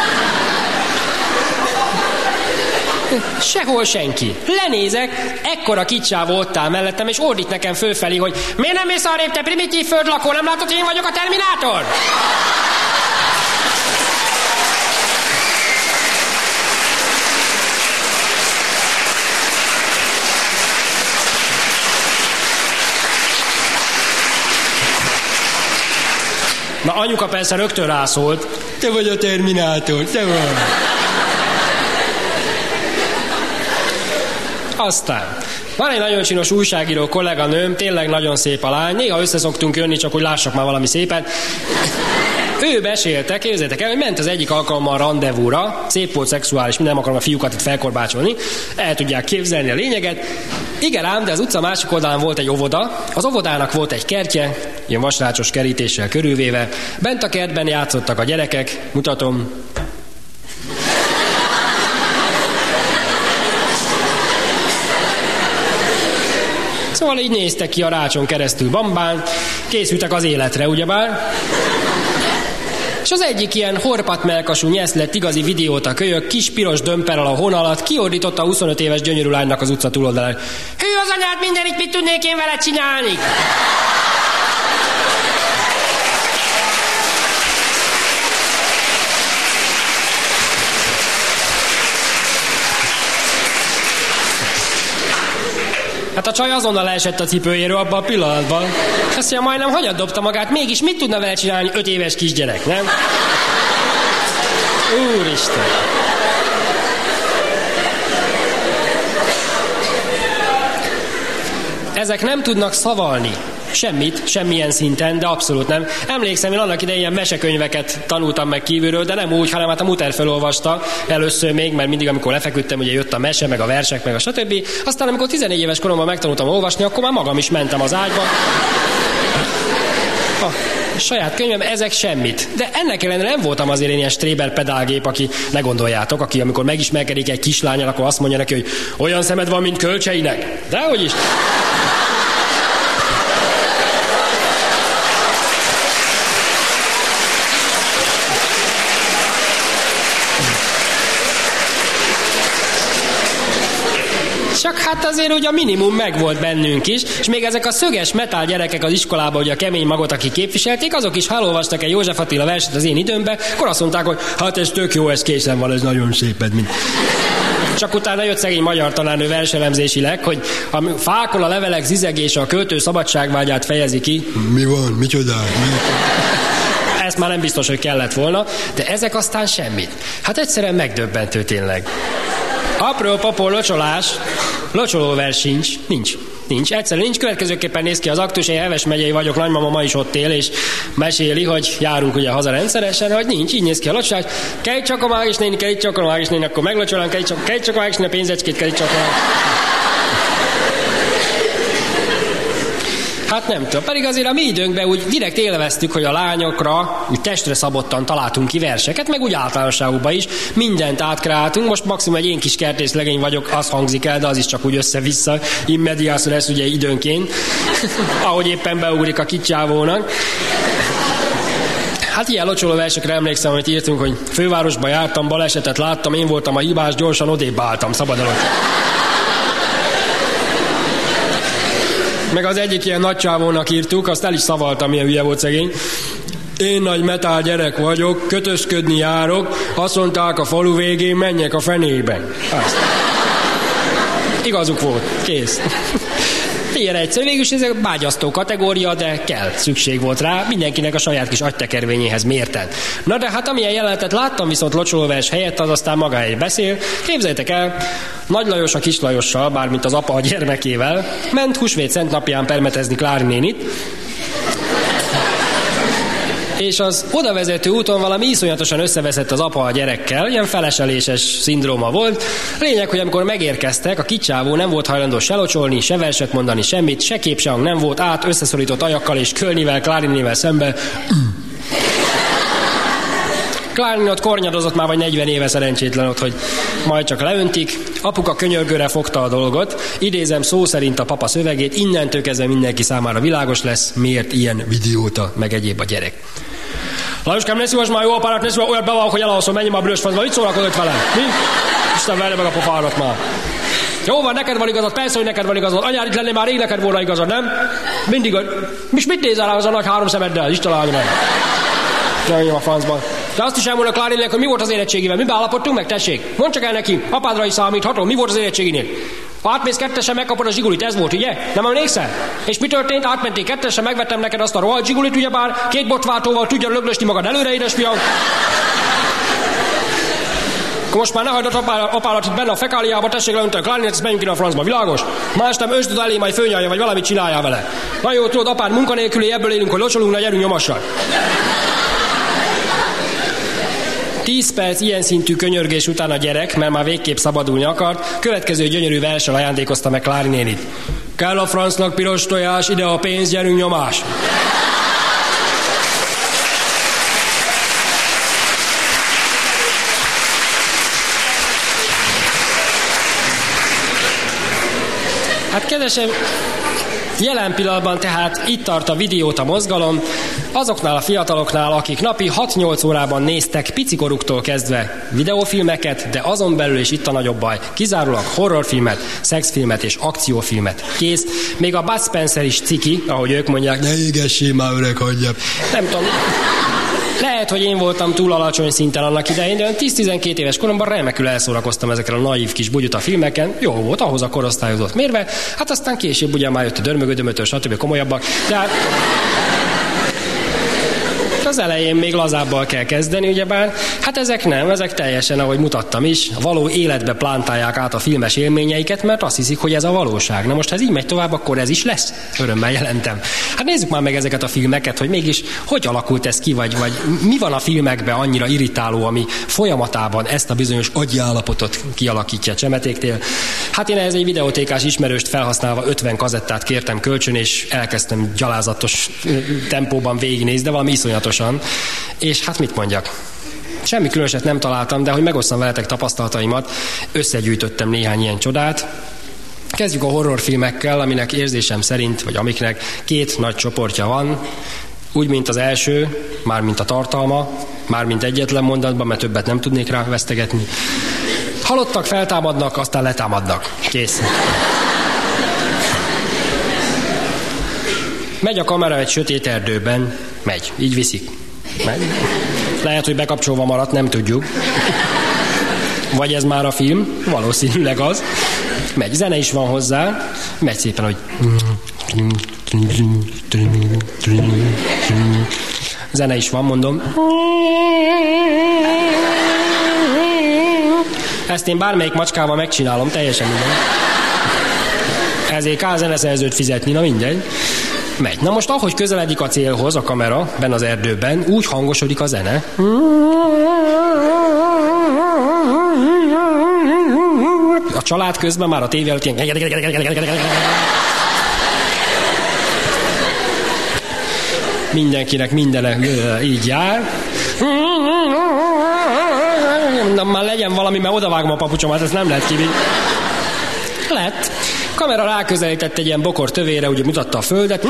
Sehol senki. Lenézek, ekkora kicsávó ott áll mellettem, és ordít nekem fölfelé, hogy miért nem mész arrébb, te primitív földlakó, nem látod, én vagyok a Terminátor? Na, anyuka persze rögtön rászólt. Te vagy a Terminátor, te vagy. Aztán van egy nagyon csinos újságíró kolléganőm, tényleg nagyon szép a lány, néha össze szoktunk jönni, csak hogy lássak már valami szépet. Ő mesélte, képzeljétek el, hogy ment az egyik alkalommal rendezvúra, szép volt, szexuális, nem akarom a fiúkat itt felkorbácsolni, el tudják képzelni a lényeget. Igen ám, de az utca másik oldalán volt egy óvoda, az óvodának volt egy kertje, ilyen vasrácsos kerítéssel körülvéve, bent a kertben játszottak a gyerekek, mutatom. Szóval így néztek ki a rácson keresztül bambán, készültek az életre, ugyebár. És az egyik ilyen horpatmelkasú nyeszlett igazi videót a kölyök, kis piros dömperrel a hon alatt kiordította a 25 éves gyönyörű lánynak az utca túloldalán. Hű az anyád, mindenit mit tudnék én vele csinálni? Hát a csaj azonnal leesett a cipőjéről abban a pillanatban. Azt mondja, majdnem hanyat dobta magát, mégis mit tudna vele csinálni 5 éves kisgyerek, nem? Úristen! Ezek nem tudnak szavalni. Semmit, semmilyen szinten, de abszolút nem. Emlékszem, én annak idején ilyen mesekönyveket tanultam meg kívülről, de nem úgy, hanem hát a muter felolvasta először még, mert mindig, amikor lefeküdtem, ugye jött a mese, meg a versek, meg a stb. Aztán, amikor 14 éves koromban megtanultam olvasni, akkor már magam is mentem az ágyba. A saját könyvem, ezek semmit. De ennek ellenére nem voltam azért én ilyen stréber pedálgép, aki, ne gondoljátok, aki amikor megismerkedik egy kislánnyal, akkor azt mondja neki, hogy olyan szemed van, mint Kölcseinek. Dehogy is. Csak hát azért ugye a minimum megvolt bennünk is, és még ezek a szöges metál gyerekek az iskolában, ugye a kemény magot, akik képviselték, azok is, ha elolvastak egy József Attila verset az én időmben, akkor azt mondták, hogy hát ez tök jó, ez készen van, ez nagyon szép, mint. Csak utána jött szegény magyar tanárnő verselemzésileg, hogy a fákon a levelek zizegése a költő szabadságvágyát fejezi ki. Mi van? Micsodák? Ezt már nem biztos, hogy kellett volna, de ezek aztán semmit. Hát egyszerűen megdöbbentő tényleg. Apró-popó locsolás, locsolóvers sincs, nincs, egyszerűen nincs. Következőképpen néz ki az aktus, én Heves megyei vagyok, nagymama ma is ott él, és meséli, hogy járunk ugye haza rendszeresen, hogy nincs, így néz ki a locsolás. Kelj csak a mágis néni, akkor meglocsolán, kelj csak a mágis néni, a pénzecskét, kelj csak a... Hát nem tudom, pedig azért a mi időnkben úgy direkt élveztük, hogy a lányokra úgy testre szabottan találtunk ki verseket, meg úgy általánosságúban is, mindent átkreáltunk, most maximum egy én kis kertészlegény vagyok, az hangzik el, de az is csak úgy össze-vissza, immediászor lesz ugye időnként, ahogy éppen beugrik a kicsávónak. Hát ilyen locsoló versekre emlékszem, amit írtunk, hogy fővárosba jártam, balesetet láttam, én voltam a hibás, gyorsan odébb álltam, szabadon. Meg az egyik ilyen nagycsávónak írtuk, azt el is szavaltam, milyen hülye volt szegény. Én nagy metál gyerek vagyok, kötözködni járok, azt mondták a falu végén, menjek a fenében. Azt. Igazuk volt, kész. Ilyen egyszerű, végülis ez egy bágyasztó kategória, de kell, szükség volt rá, mindenkinek a saját kis agytekervényéhez mérten. Na de hát amilyen jelenetet láttam viszont locsolóvers helyett, az aztán magáért beszél. Képzeljétek el, Nagy Lajos a Kis Lajossal, bármint az apa a gyermekével, ment húsvét szent napján permetezni Klári nénit, és az odavezető úton valami iszonyatosan összeveszett az apa a gyerekkel, ilyen feleseléses szindróma volt. Lényeg, hogy amikor megérkeztek, a kicsávó nem volt hajlandó se locsolni, se verset mondani, semmit, se kép, se hang nem volt, át összeszorított ajakkal és Kölnivel, Klárinével szembe. Klárin ott kornyadozott már vagy 40 éve szerencsétlen ott, hogy majd csak leöntik. Apuka könyörgőre fogta a dolgot. Idézem szó szerint a papa szövegét, innentől kezdve mindenki számára világos lesz, miért ilyen idióta, meg egyéb a gyerek. Lajuskám, ne szívas már jó apárat, ne szívas, olyat be van, hogy elalszom, menjünk már brősfazba, itt szórakozott velem. Mi? Isten verje meg a pofárat már. Jó van, neked van igazad, persze, hogy neked van igazad. Anyád itt lenni, már rég neked volna igazad, nem? Mindig. Mit nézel rá az a nagy 3 szemeddel? Isten találja meg. Nem a francban. De azt is elmondom Klárinnek, hogy mi volt az érettségivel. Miben állapodtunk meg, tessék? Mondd csak el neki, apádra is számíthatom, mi volt az érettséginél? Ha átmész kettesen, megkapod a zsigulit, ez volt, ugye? Nem emlékszel? És mi történt? Átmentél kettesen, megvettem neked azt a rohadt zsigulit, ugyebár 2 botváltóval tudja löglösni magad előre, édesfiam. Most már ne hagyd apálat itt benne a fekáliába, tessék leönteni a Klárinet, ezt menjünk ide a francba, világos? Más nem ösd oda elé, majd fölnyalja, vagy valamit csináljál vele. Na jó, tudod, apád munkanélküli, ebből élünk, hogy locsolunk, na gyerünk nyomassal. 10 perc ilyen szintű könyörgés után a gyerek, mert már végképp szabadulni akart, következő gyönyörű verssel ajándékozta meg Klári nénit. Kell a francnak piros tojás, ide a pénz, gyerünk nyomás. Hát kedvesem, jelen pillanatban tehát itt tart a videóta mozgalom, azoknál a fiataloknál, akik napi 6-8 órában néztek picikoruktól kezdve videófilmeket, de azon belül is itt a nagyobb baj. Kizárólag horrorfilmet, szexfilmet és akciófilmet. Kész. Még a Bud Spencer is ciki, ahogy ők mondják, ne égessé már öreg, hagyjam. Nem tudom. Lehet, hogy én voltam túl alacsony szinten annak idején, de olyan 10-12 éves koromban remekül elszórakoztam ezekkel a naív kis bugyuta filmeken. Jó volt, ahhoz a korosztályozót mérve. Hát aztán később ugye már jött a dörmögödömötől, stb. Komolyabbak. De hát az elején még lazábbal kell kezdeni, ugyebár. Hát ezek nem, ezek teljesen, ahogy mutattam is, való életbe plántálják át a filmes élményeiket, mert azt hiszik, hogy ez a valóság. Na most, ha ez így megy tovább, akkor ez is lesz. Örömmel jelentem. Hát nézzük már meg ezeket a filmeket, hogy mégis hogy alakult ez ki, vagy mi van a filmekben annyira irritáló, ami folyamatában ezt a bizonyos agyállapotot kialakítja Csemetéktél. Hát én ehhez egy videótékás ismerőst felhasználva 50 kazettát kértem kölcsön, és elkezdtem gyalázatos tempóban végignézni, de valami iszonyatos. És hát mit mondjak? Semmi különöset nem találtam, de hogy megosztam veletek tapasztalataimat, összegyűjtöttem néhány ilyen csodát. Kezdjük a horrorfilmekkel, aminek érzésem szerint, vagy amiknek 2 nagy csoportja van. Úgy, mint az első, mármint a tartalma, mármint egyetlen mondatban, mert többet nem tudnék rá vesztegetni. Halottak feltámadnak, aztán letámadnak. Kész. Megy a kamera egy sötét erdőben, megy, így viszik. Megy. Lehet, hogy bekapcsolva maradt, nem tudjuk. Vagy ez már a film, valószínűleg az. Megy, zene is van hozzá, megy szépen, hogy... Zene is van, mondom. Ezt én bármelyik macskával megcsinálom, teljesen minden. Ezért kell zeneszerzőt fizetni, na mindegy. Megy. Na most, ahogy közeledik a célhoz a kamera, benn az erdőben, úgy hangosodik a zene. A család közben már a tévé előtt ilyen... Mindenkinek mindene így jár. Na, már legyen valami, mert odavágom a papucsomat, ez nem lehet kivinni. Lett. A kamera ráközelített egy ilyen bokor tövére, ugye mutatta a földet.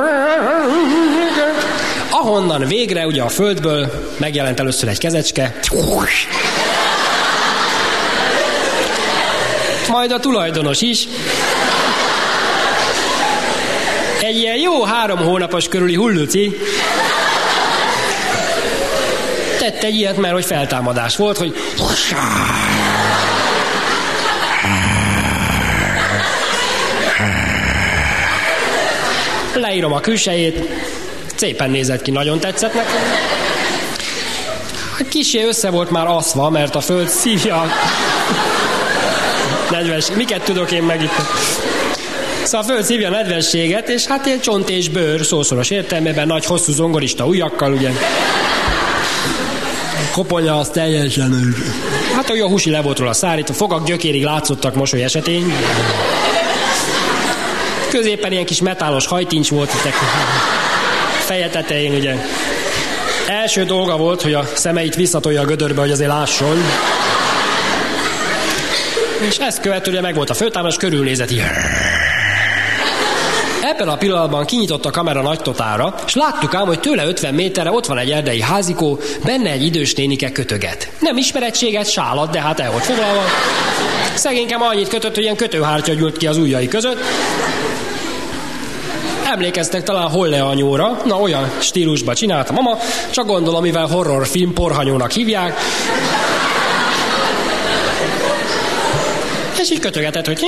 Ahonnan végre ugye a földből megjelent először egy kezecske. Majd a tulajdonos is. Egy ilyen jó 3 hónapos körüli hulluci. Tett egy ilyet, mert hogy feltámadás volt, hogy... Leírom a külsejét, szépen nézett ki, nagyon tetszett nekem. Kissé össze volt már aszva, mert a föld szívja. Miket tudok én meg itt? Szóval a föld szívja a nedvességet, és hát ilyen csont és bőr, szószoros értelmében, nagy, hosszú zongorista ujjakkal, ugye. Koponya az teljesen... Hát olyan húsi le volt róla a szár, itt a fogak gyökérig látszottak mosoly esetén. Középen ilyen kis metálos hajtincs volt itt feje tetején, ugye. Első dolga volt, hogy a szemeit visszatolja a gödörbe, hogy azért lásson. És ezt követően meg volt a főtámla, és körülnézett így. Ebben a pillanatban kinyitott a kamera nagy totára, és láttuk ám, hogy tőle 50 méterre ott van egy erdei házikó, benne egy idős nénike kötöget. Nem ismerettséget, sálat, de hát el volt foglalva. Szegénykem annyit kötött, hogy ilyen kötőhártya gyűlt ki az ujjai között. Emlékeztek talán Holleanyóra, na olyan stílusban csinálta mama, csak gondolom, mivel horrorfilm porhanyónak hívják. És így kötögetett, hogy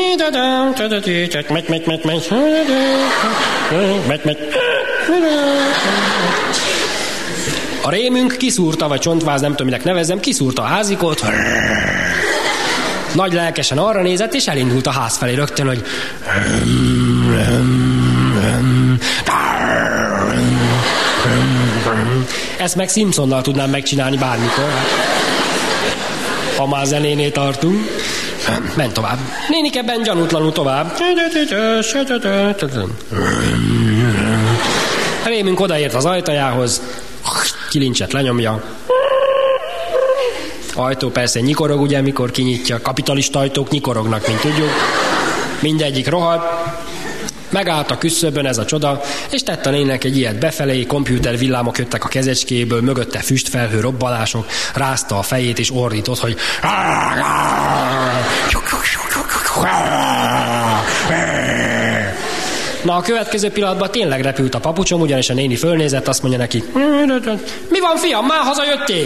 a rémünk kiszúrta, vagy csontváz, nem tudom, minek nevezzem, kiszúrta a házikót. Nagy lelkesen arra nézett, és elindult a ház felé rögtön, hogy ezt meg Simpsonnal tudnám megcsinálni bármikor. Ha már zenénél tartunk. Ment tovább. Nénike benn gyanútlanul tovább. Rémünk odaért az ajtajához, kilincset lenyomja. Ajtó persze nyikorog, ugye, mikor kinyitja. Kapitalista ajtók nyikorognak, mint tudjuk. Mindegyik rohad. Megállt a küszöbön ez a csoda, és tett a nének egy ilyet befelé, kompjúter villámok jöttek a kezecskéből, mögötte füstfelhő robbanások, rázta a fejét és ordított, hogy na, a következő pillanatban tényleg repült a papucsom, ugyanis a néni fölnézett, azt mondja neki, mi van, fiam, már hazajöttél?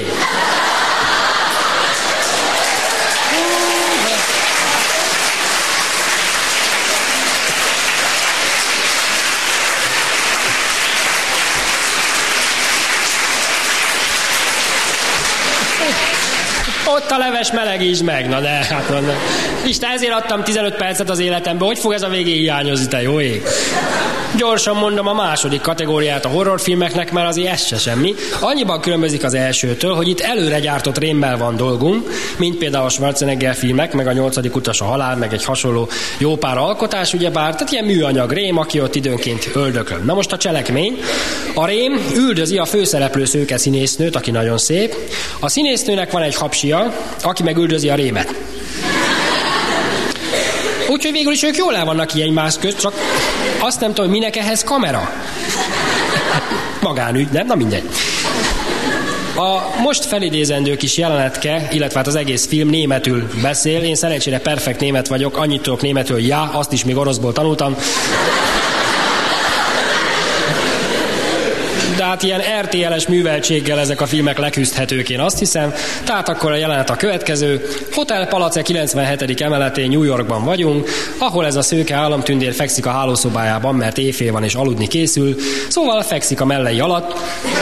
Ott a leves, melegítsd meg, na de, hát mondom. Isten, ezért adtam 15 percet az életembe, hogy fog ez a végén hiányozni, te jó ég? Gyorsan mondom a második kategóriát a horrorfilmeknek, mert azért ez se semmi. Annyiban különbözik az elsőtől, hogy itt előre gyártott rémmel van dolgunk, mint például a Schwarzenegger filmek, meg a 8. utas a halál, meg egy hasonló jó pár alkotás, ugyebár, tehát ilyen műanyag rém, aki ott időnként öldököl. Na most a cselekmény. A rém üldözi a főszereplő szőke színésznőt, aki nagyon szép. A színésznőnek van egy hapsia, aki meg üldözi a rémet. Úgyhogy végül is ők jól el vannak ki egymás közt, csak azt nem tudom, minek ehhez kamera. Magánügy, nem? Na mindegy. A most felidézendő kis jelenetke, illetve hát az egész film németül beszél. Én szerencsére perfekt német vagyok, annyit tudok németül, hogy já, azt is még oroszból tanultam. De hát ilyen RTL-es műveltséggel ezek a filmek leküzdhetők, én azt hiszem. Tehát akkor a jelenet a következő. Hotel Palace 97. emeletén New Yorkban vagyunk, ahol ez a szőke államtündér fekszik a hálószobájában, mert éjfél van és aludni készül. Szóval fekszik a mellei alatt.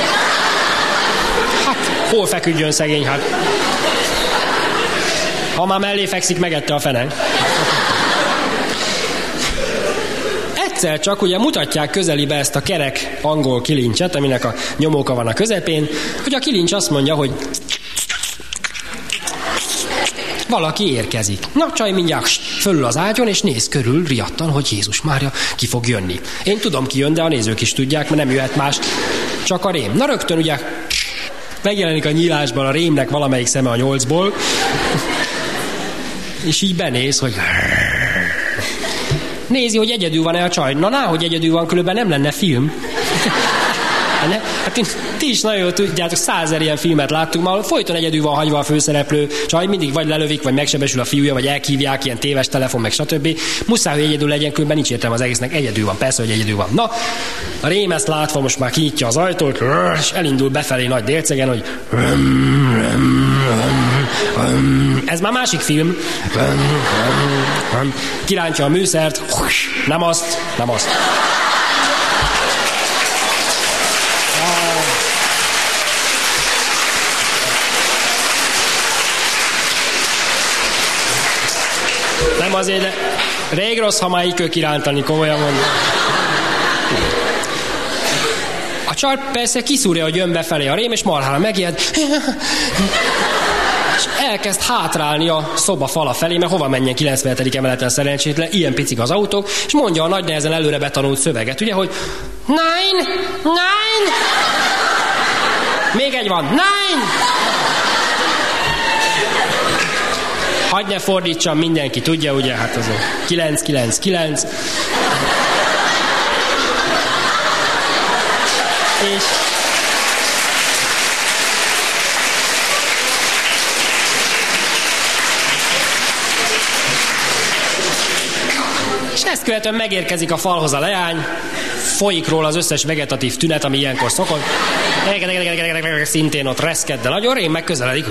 Hát, hol feküdjön szegény, hát. Ha már mellé fekszik, megette a fene. Egyszer csak ugye mutatják közelibe ezt a kerek angol kilincset, aminek a nyomóka van a közepén, hogy a kilincs azt mondja, hogy valaki érkezik. Na, csaj mindjárt fölül az ágyon, és néz körül riadtan, hogy Jézus Mária, ki fog jönni. Én tudom, ki jön, de a nézők is tudják, mert nem jöhet más, csak a rém. Na rögtön ugye megjelenik a nyílásban a rémnek valamelyik szeme a 8-ból, és így benéz, hogy nézi, hogy egyedül van-e a csaj. Na, hogy egyedül van, különben nem lenne film. Hát ti is nagyon jól tudjátok, 100 000 ilyen filmet láttunk, már folyton egyedül van hagyva a főszereplő csaj, mindig vagy lelövik, vagy megsebesül a fiúja, vagy elkívják, ilyen téves telefon, meg stb. Muszáj, hogy egyedül legyen, különben nincs értelme az egésznek, egyedül van, persze, hogy egyedül van. Na, a rém ezt látva most már kinyitja az ajtót, és elindul befelé nagy délcegen, hogy ez már másik film. Kirántja a műszert, nem azt. Nem azért, de rég rossz, ha már így kell kirántani, komolyan mondom. A csaj persze kiszúrja, hogy jön befelé a rém, és marhára megijed. És elkezd hátrálni a szoba fala felé, mert hova menjen 97. emeleten szerencsétlen, ilyen picik az autók, és mondja a nagy nehezen előre betanult szöveget, ugye, hogy Nein! Még egy van. Nein! Hadd ne fordítsam, mindenki tudja, ugye, hát az 999. És ezt követően megérkezik a falhoz a leány, folyik róla az összes vegetatív tünet, ami ilyenkor szokott. Szintén ott reszked, de nagyon rém megközeledik.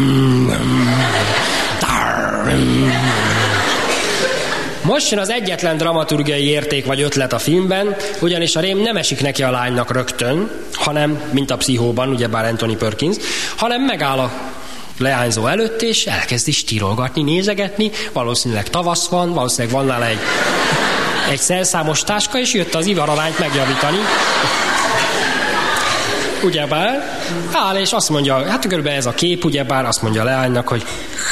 Most jön az egyetlen dramaturgiai érték vagy ötlet a filmben, ugyanis a rém nem esik neki a lánynak rögtön, hanem, mint a Pszichóban, ugyebár Anthony Perkins, hanem megáll a leányzó előtt, és elkezdi stírolgatni, nézegetni, valószínűleg tavasz van, valószínűleg van nála egy szerszámos táska, és jött az ivaralányt megjavítani. Ugyebár áll, és azt mondja, hát körülbelül ez a kép, ugyebár azt mondja a leánynak, hogy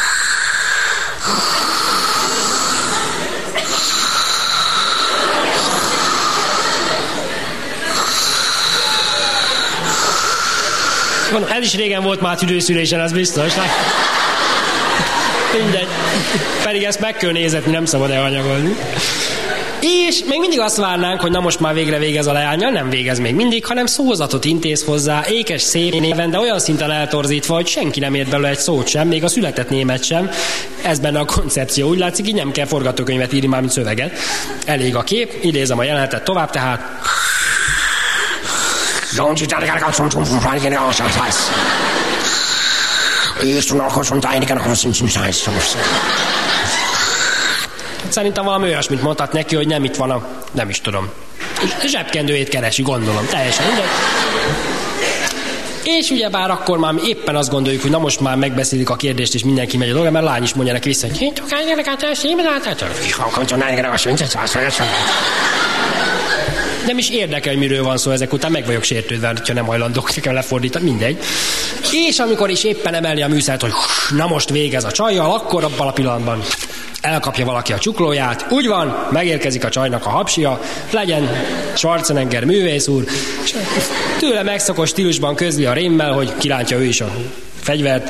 ez is régen volt már tüdőszülésen, az biztos. Mindegy. Pedig ezt meg kell nézetni, nem szabad elhanyagolni. És még mindig azt várnánk, hogy na most már végre végez a leányal, nem végez még mindig, hanem szózatot intéz hozzá, ékes szép néven, de olyan szinten eltorzítva, hogy senki nem ért belőle egy szót sem, még a született német sem. Ez benne a koncepció, úgy látszik, így nem kell forgatókönyvet írni, mármint szöveget. Elég a kép, idézem a jelenetet tovább, tehát szerintem valami olyasmit mondhat neki, hogy nem itt van a... nem is tudom. Zsebkendőjét keresi, gondolom. Teljesen mindegy. És ugyebár akkor már mi éppen azt gondoljuk, hogy na most már megbeszélik a kérdést, és mindenki megy a dolga, mert lány is mondja neki vissza, hogy nem is érdekel, hogy miről van szó ezek után, meg vagyok sértődve, ha nem hajlandók nekem lefordítani, mindegy. És amikor is éppen emeli a műszert, hogy na most végez a csajjal, akkor abban a pillanatban elkapja valaki a csuklóját, úgy van, megérkezik a csajnak a hapsia, legyen Schwarzenegger művész úr, és tőle megszokott stílusban közli a rémmel, hogy kirántja ő is a fegyvert.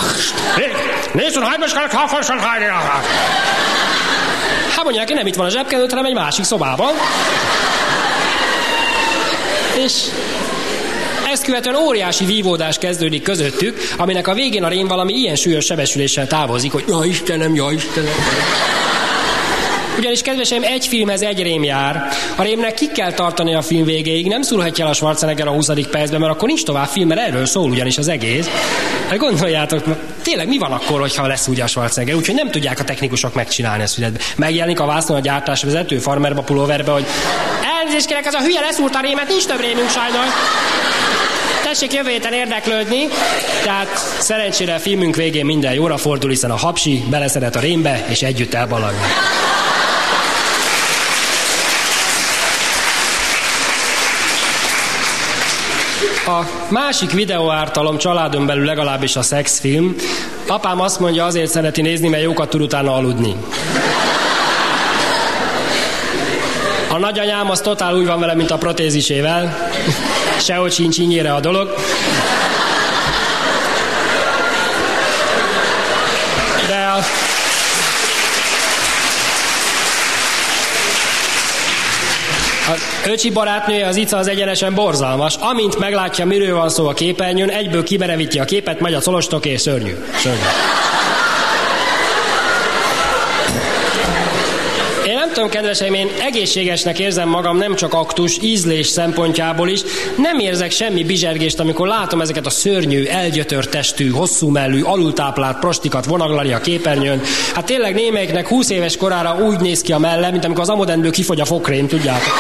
Hát mondja neki, nem itt van a zsebkendőt, hanem egy másik szobában. És ezt követően óriási vívódás kezdődik közöttük, aminek a végén a rém valami ilyen súlyos sebesüléssel távozik, hogy ja Istenem. Ugyanis, kedveseim, egy filmhez egy rém jár. A rémnek ki kell tartani a film végéig, nem szúrhatja el a Schwarzenegger a 20. percben, mert akkor nincs tovább film, mert erről szól ugyanis az egész. Hát gondoljátok, tényleg mi van akkor, hogyha lesz úgy a Schwarzenegger? Úgyhogy nem tudják a technikusok megcsinálni ezt. Megjelenik a vásznon a gyártásvezető farmerba, pulóverbe, hogy elnézést kérek, az a hülye leszúrt a rémet, nincs több rémünk sajnos. Tessék jövő héten érdeklődni. Tehát szerencsére a filmünk végén minden jóra fordul, hiszen a hapsi beleszeret a rémbe, és együtt elbalagnak. A másik videóártalom családon belül legalábbis a szexfilm. Apám azt mondja, azért szereti nézni, mert jókat tud utána aludni. A nagyanyám az totál úgy van vele, mint a protézisével. Sehogy sincs ínyére a dolog. De az öcsi barátnője, az Ica, az egyenesen borzalmas. Amint meglátja, miről van szó a képernyőn, egyből kimerevíti a képet, megy a colostok és szörnyű. Én nem tudom, kedveseim, én egészségesnek érzem magam nem csak aktus, ízlés szempontjából is. Nem érzek semmi bizsergést, amikor látom ezeket a szörnyű, elgyötört testű, hosszú mellű, alultáplált prostikat vonaglani a képernyőn. Hát tényleg némelyiknek 20 éves korára úgy néz ki a melle, mint amikor az Amodendből kifogy a fokrém, tudjátok.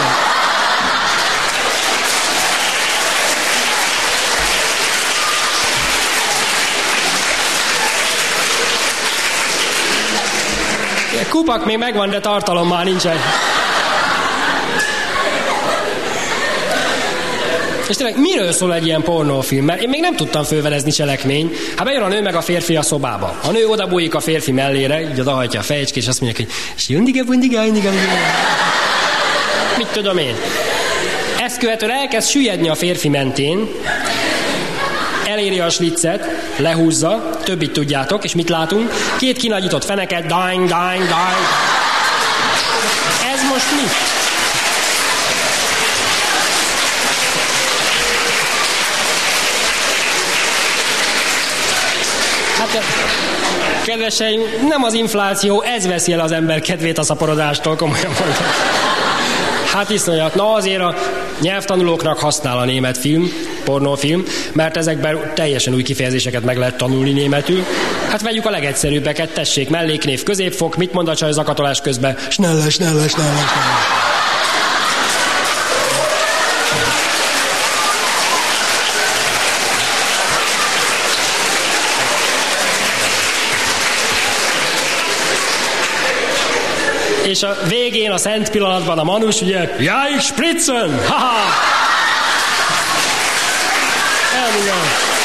Kupak még megvan, de tartalom már nincsen. És tényleg miről szól egy ilyen pornófilm? Mert én még nem tudtam fölvedezni cselekmény. Hát bejön a nő meg a férfi a szobába. A nő odabújik a férfi mellére, így odahajtja a fejecskét, és azt mondja, hogy jundiga. Mit tudom én? Ezt követően elkezd süllyedni a férfi mentén, eléri a sliccet, lehúzza, többit tudjátok, és mit látunk? 2 kinagyított feneket, dying, dying, dying. Ez most mi? Hát, kedveseim, nem az infláció, ez veszi el az ember kedvét a szaporodástól, komolyan mondom. Hát iszonyat. Na azért a nyelvtanulóknak használ a német film, pornófilm, mert ezekben teljesen új kifejezéseket meg lehet tanulni németül. Hát vegyük a legegyszerűbbeket, tessék, melléknév, középfok, mit mond a csaj zakatolás közben? Schnelle, schnelle, schnelle, schnelle. És a végén, a szent pillanatban a manus, ugye, ja, ich spritzen! Haha! Elmondom.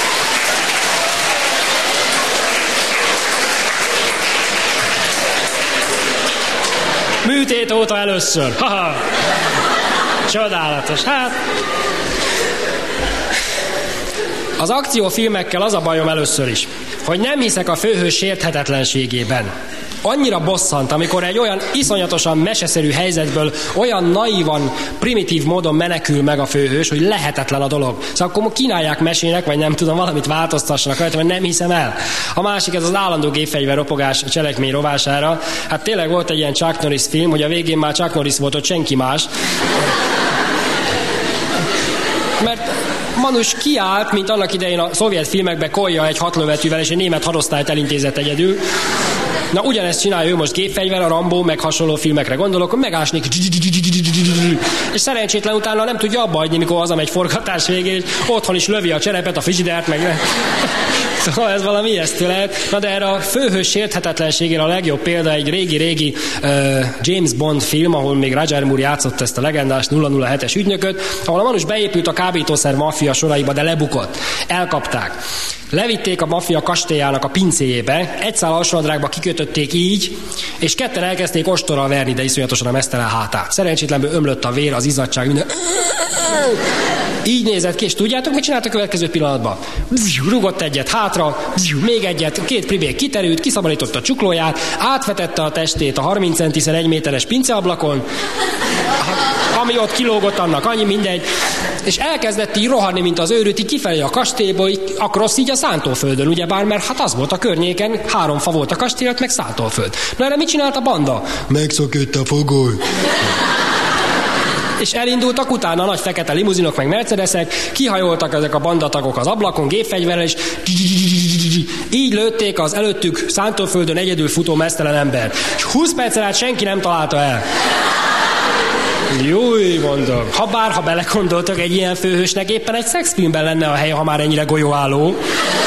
Műtét óta először. Haha! Csodálatos. Hát... Az akciófilmekkel az a bajom először is, hogy nem hiszek a főhős sérthetetlenségében. Annyira bosszant, amikor egy olyan iszonyatosan meseszerű helyzetből olyan naívan, primitív módon menekül meg a főhős, hogy lehetetlen a dolog. Szóval akkor kínálják mesének, vagy nem tudom, valamit változtassanak rajta, mert nem hiszem el. A másik, ez az állandó gépfegyver ropogás cselekmény rovására. Hát tényleg volt egy ilyen Chuck Norris film, hogy a végén már Chuck Norris volt, ott senki más. Mert manus kiállt, mint annak idején a szovjet filmekben Kolja egy 6 lövetűvel, és egy német hadosztályt elintézett egyedül. Na, ugyanezt csinálja ő most gépfegyver, a Rambo, meg hasonló filmekre gondolok, hogy megásnék, és szerencsétlen utána nem tudja abba hagyni, mikor hazamegy forgatás végén, és otthon is lövi a cserepet, a frizsidert, meg... Szóval ez valami ijesztő lehet. Na de erre a főhős sérthetetlenségére a legjobb példa egy régi James Bond film, ahol még Roger Moore játszott ezt a legendás 007-es ügynököt, ahol a manus beépült a kábítószer maffia soraiba, de lebukott. Elkapták. Levitték a maffia kastélyának a pincéjébe, egy szál alsónadrágba kikötötték így, és ketten elkezdték ostorral verni, de iszonyatosan a meztelen hátát. Szerencsétlenből ömlött a vér, az izzadság, minden... Így nézett ki, és tudjátok, mit csinált a következő pillanatban? Rugott egyet hátra, még egyet, 2 pribék kiterült, kiszabadította a csuklóját, átvetette a testét a 30 centisen 1 méteres pinceablakon, ami ott kilógott, annak annyi, mindegy, és elkezdett így rohanni, mint az őrült, így kifelé a kastélyból, a Krossz így a szántóföldön, ugyebár, mert hát az volt a környéken, 3 fa volt a kastélyat, meg szántóföld. Na erre mit csinált a banda? Megszökött a fogoly. És elindultak utána a nagy fekete limuzinok, meg mercedesek, kihajoltak ezek a bandatagok az ablakon gépfegyverrel, és így lőtték az előttük szántóföldön egyedül futó meztelen ember. És 20 perccel át senki nem találta el. Júj, mondom. Ha belegondoltak, egy ilyen főhősnek éppen egy szexfilmben lenne a helye, ha már ennyire golyóálló.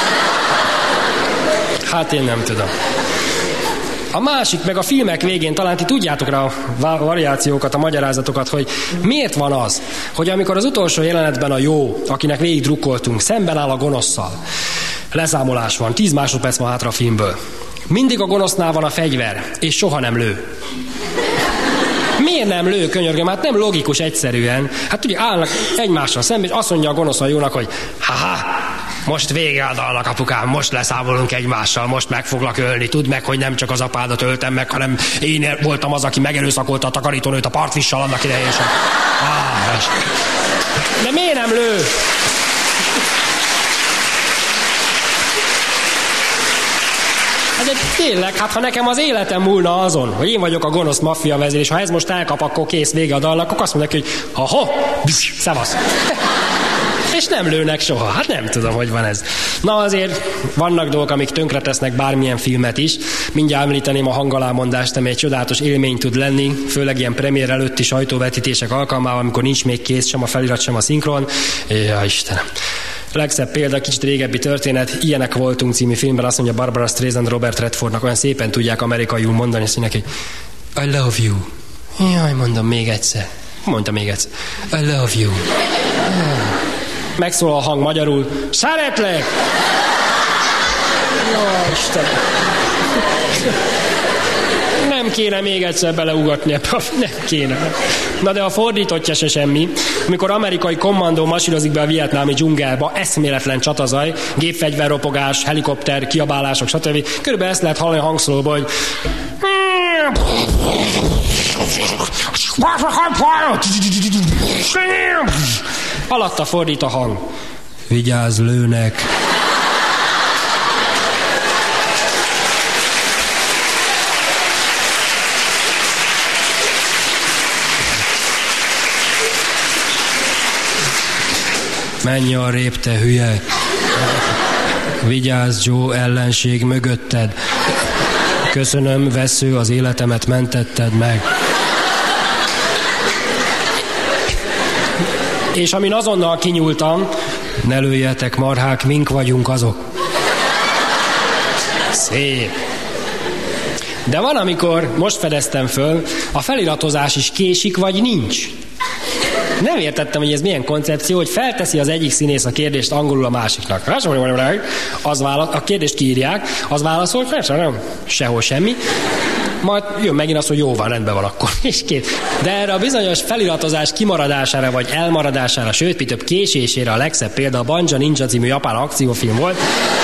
Hát én nem tudom. A másik, meg a filmek végén talán ti tudjátok rá a variációkat, a magyarázatokat, hogy miért van az, hogy amikor az utolsó jelenetben a jó, akinek végig drukkoltunk, szemben áll a gonosszal, leszámolás van, 10 másodperc van hátra a filmből. Mindig a gonosznál van a fegyver, és soha nem lő. Miért nem lő, könyörgöm? Hát nem logikus egyszerűen. Hát ugye állnak egymással szemben, és azt mondja a gonosz a jónak, hogy haha, most vége a dalnak, apukám, most leszámolunk egymással, most meg foglak ölni. Tudd meg, hogy nem csak az apádat öltem meg, hanem én voltam az, aki megerőszakolta a takarítónőt a partvissal annak idején. De miért nem lő? Tényleg, hát ha nekem az életem múlna azon, hogy én vagyok a gonosz maffia vezér, és ha ez most elkap, akkor kész, vége a dalnak, akkor azt mondják, hogy szevasz. És nem lőnek soha. Hát nem tudom, hogy van ez. Na azért vannak dolgok, amik tönkretesznek bármilyen filmet is. Mindjárt említeném a hangalámondást, ami egy csodálatos élmény tud lenni, főleg ilyen premier előtti sajtóvetítések alkalmával, amikor nincs még kész sem a felirat, sem a szinkron. Ja, Istenem. Legszebb példa, kicsit régebbi történet, Ilyenek voltunk című filmben azt mondja Barbara Streisand Robert Redfordnak, olyan szépen tudják amerikaiul mondani, azt mondják, hogy I love you. Jaj, mondom még egyszer. Mondta még egyszer. I love you. Megszólal a hang magyarul. Szeretlek! Jó, Istenem. Nem Nem kéne még egyszer beleugatni ebbe, nem kéne. Na de a fordítottja se semmi. Amikor amerikai kommandó masírozik be a vietnámi dzsungelba, eszméletlen csatazaj, gépfegyverropogás, helikopter, kiabálások, stb. Körülbelül ezt lehet hallani a hangszóróból, hogy alatta fordít a hang. Vigyázz, lőnek. Menj arrébb, te hülye! Vigyázz, Joe, ellenség mögötted. Köszönöm, vesző, az életemet mentetted meg. És amin azonnal kinyúltam, ne lőjetek, marhák, mink vagyunk azok. Szép. De van, amikor, most fedeztem föl, a feliratozás is késik, vagy nincs. Nem értettem, hogy ez milyen koncepció, hogy felteszi az egyik színész a kérdést angolul a másiknak. A kérdést kiírják, az válaszol, nem, sehol semmi. Majd jön megint az, hogy jó van, rendben van akkor. És két. De erre a bizonyos feliratozás kimaradására, vagy elmaradására, sőt, mi több késésére a legszebb példa a Banja Ninja című japán akciófilm volt,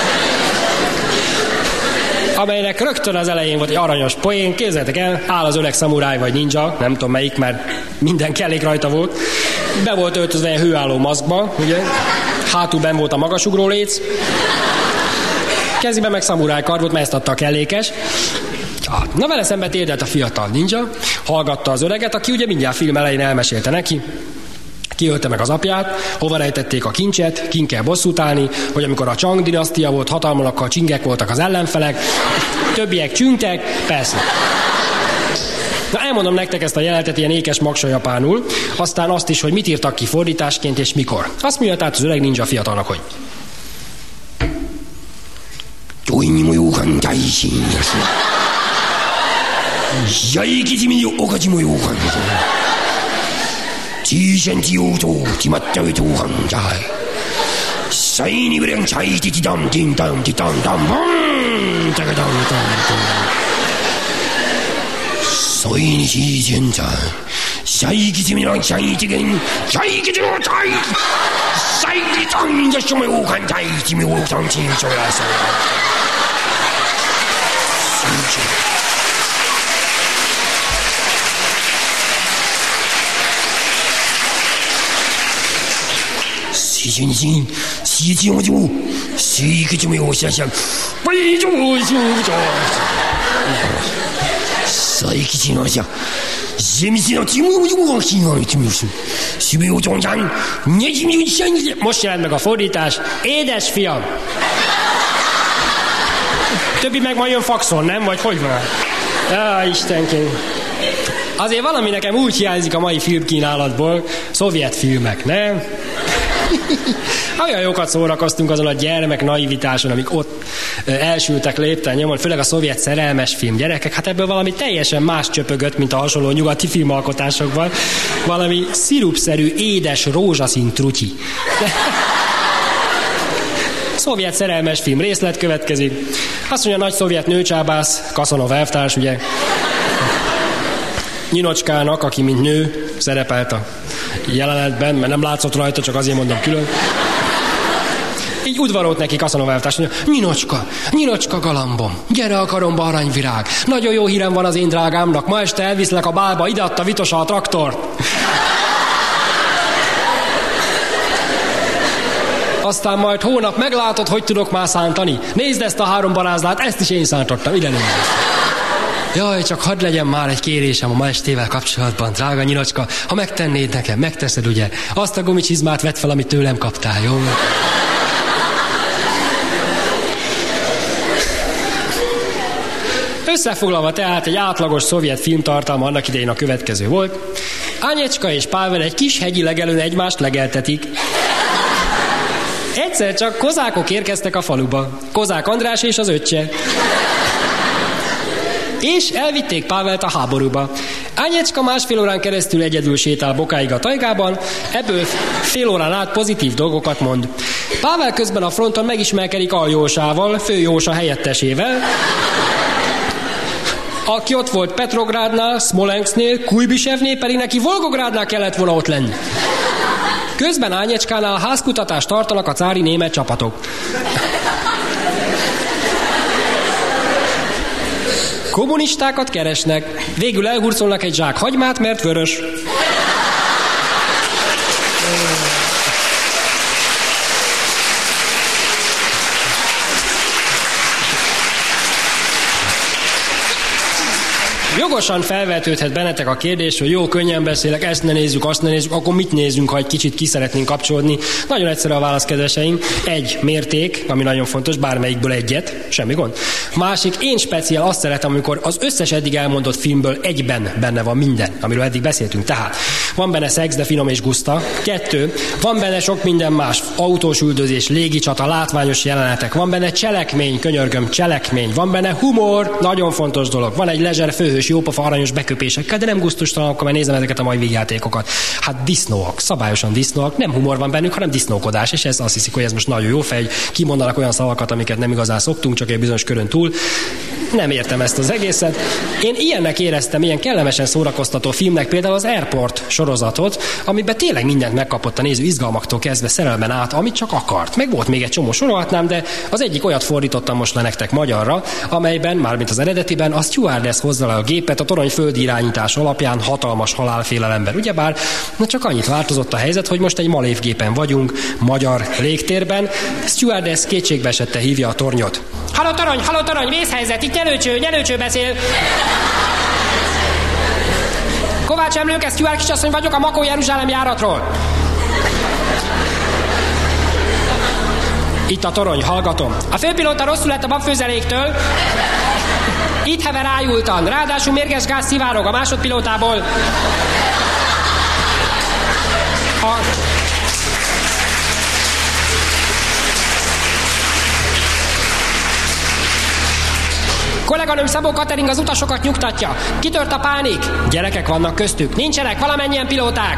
amelynek rögtön az elején volt egy aranyos poén, képzeljétek el, áll az öreg szamuráj vagy ninja, nem tudom melyik, mert minden kellék rajta volt, be volt öltözve egy hőálló maszkba, ugye, hátul benn volt a magasugró léc, kezében meg szamuráj kard volt, mert ezt adta a kellékes. Na vele szembe térdelt a fiatal ninja, hallgatta az öreget, aki ugye mindjárt film elején elmesélte neki, kiölte meg az apját, hova rejtették a kincset, kin kell bosszút állni, hogy amikor a Chang dinasztia volt hatalmon, akkor a csingek voltak az ellenfelek, többiek csüngtek, persze. Na elmondom nektek ezt a jelenetet ilyen ékes maksa japánul, aztán azt is, hogy mit írtak ki fordításként és mikor. Azt mondja tehát az öreg ninja a fiatalnak, hogy most jelent meg a fordítás, édes fiam. Többi meg majd jön faxon, nem? Vagy hogy van? Istenkém. Azért valami nekem úgy hiányzik a mai filmkínálatból, szovjet filmek, nem? Olyan jókat szórakoztunk azon a gyermek naivitáson, amik ott elsültek lépten nyomon, főleg a szovjet szerelmes film. Gyerekek, hát ebből valami teljesen más csöpögött, mint a hasonló nyugati filmalkotásokban. Valami szirupszerű, édes, rózsaszín trutyi. Szovjet szerelmes film részlet következik. Azt mondja, a nagy szovjet nőcsábász, Kaszanov elvtárs, ugye, Nyinocskának, aki mint nő szerepelt a jelenetben, mert nem látszott rajta, csak azért mondom külön. Így udvarolt neki Kaszanov elvtárs, mondja, Nyinocska galambom, gyere a karomba, aranyvirág. Nagyon jó hírem van az én drágámnak, ma este elviszlek a bálba, ide adta Vitosa a traktort. Aztán majd hónap meglátod, hogy tudok már szántani. Nézd ezt a 3 barázlát, ezt is én szántottam, ide nézd. Jaj, csak hadd legyen már egy kérésem a ma estével kapcsolatban, drága Nyinocska, ha megtennéd nekem, megteszed ugye, azt a gumicsizmát vedd fel, amit tőlem kaptál, jó? Összefoglalva tehát egy átlagos szovjet filmtartalma annak idején a következő volt. Anyecska és Pável egy kis hegyi legelőn egymást legeltetik. Egyszer csak kozákok érkeztek a faluba. Kozák András és az öccse. És elvitték Pávelt a háborúba. Anyecska 1,5 órán keresztül egyedül sétál bokáig a tajgában, ebből fél órán át pozitív dolgokat mond. Pável közben a fronton megismerkedik Aljósával, főjósa helyettesével, aki ott volt Petrográdnál, Smolensknél, Kujbisevnél, pedig neki Volgográdnál kellett volna ott lenni. Közben Ányecskánál házkutatást tartanak a cári német csapatok. Kommunistákat keresnek. Végül elhurcolnak egy zsák hagymát, mert vörös. Jogosan felvetődhet bennetek a kérdés, hogy jó, könnyen beszélek, ezt ne nézzük, azt ne nézzük, akkor mit nézzünk, ha egy kicsit ki szeretnénk kapcsolódni. Nagyon egyszerű a válasz, kedveseim. Egy mérték, ami nagyon fontos, bármelyikből egyet, semmi gond. Másik, én speciál azt szeretem, amikor az összes eddig elmondott filmből egyben benne van minden, amiről eddig beszéltünk. Tehát van benne szex, de finom és guszta. 2. Van benne sok minden más, autós üldözés, légicsata, látványos jelenetek. Van benne cselekmény, könyörgöm, cselekmény. Van benne humor, nagyon fontos dolog. Van egy lezser főhős, jópofa aranyos beköpésekkel, de nem gusztustalan, akkor már nézem ezeket a mai vígjátékokat. Hát disznóak, szabályosan disznóak, nem humor van bennük, hanem disznókodás, és ez azt hiszik, hogy ez most nagyon jó fej, kimondanak olyan szavakat, amiket nem igazán szoktunk, csak egy bizonyos körön túl. Nem értem ezt az egészet. Én ilyennek éreztem, ilyen kellemesen szórakoztató filmnek például az Airport sorozatot, amiben tényleg mindent megkapott a néző, izgalmaktól kezdve szerelmen át, amit csak akart. Meg volt még egy csomó sorolhatnám, de az egyik olyat fordítottam most le nektek magyarra, amelyben, mármint az eredetiben, a stewardess hozza le a gépet a torony földi irányítás alapján hatalmas halálfélelemben. Ugyebár csak annyit változott a helyzet, hogy most egy malévgépen vagyunk, magyar légtérben. Stewardess kétségbeesette hívja a tornyot. Halló torony, vészhelyzet, itt nyelőcső beszél. Kovács Emlőke, Steward kisasszony vagyok a Makó Jeruzsálem járatról. Itt a torony, hallgatom. A főpilóta rosszul lett a babfőzeléktől. Itt hever ájultan, ráadásul mérges gáz szivárog a másodpilótából. Kolléganőm Szabó Katering az utasokat nyugtatja. Kitört a pánik. Gyerekek vannak köztük. Nincsenek valamennyien pilóták.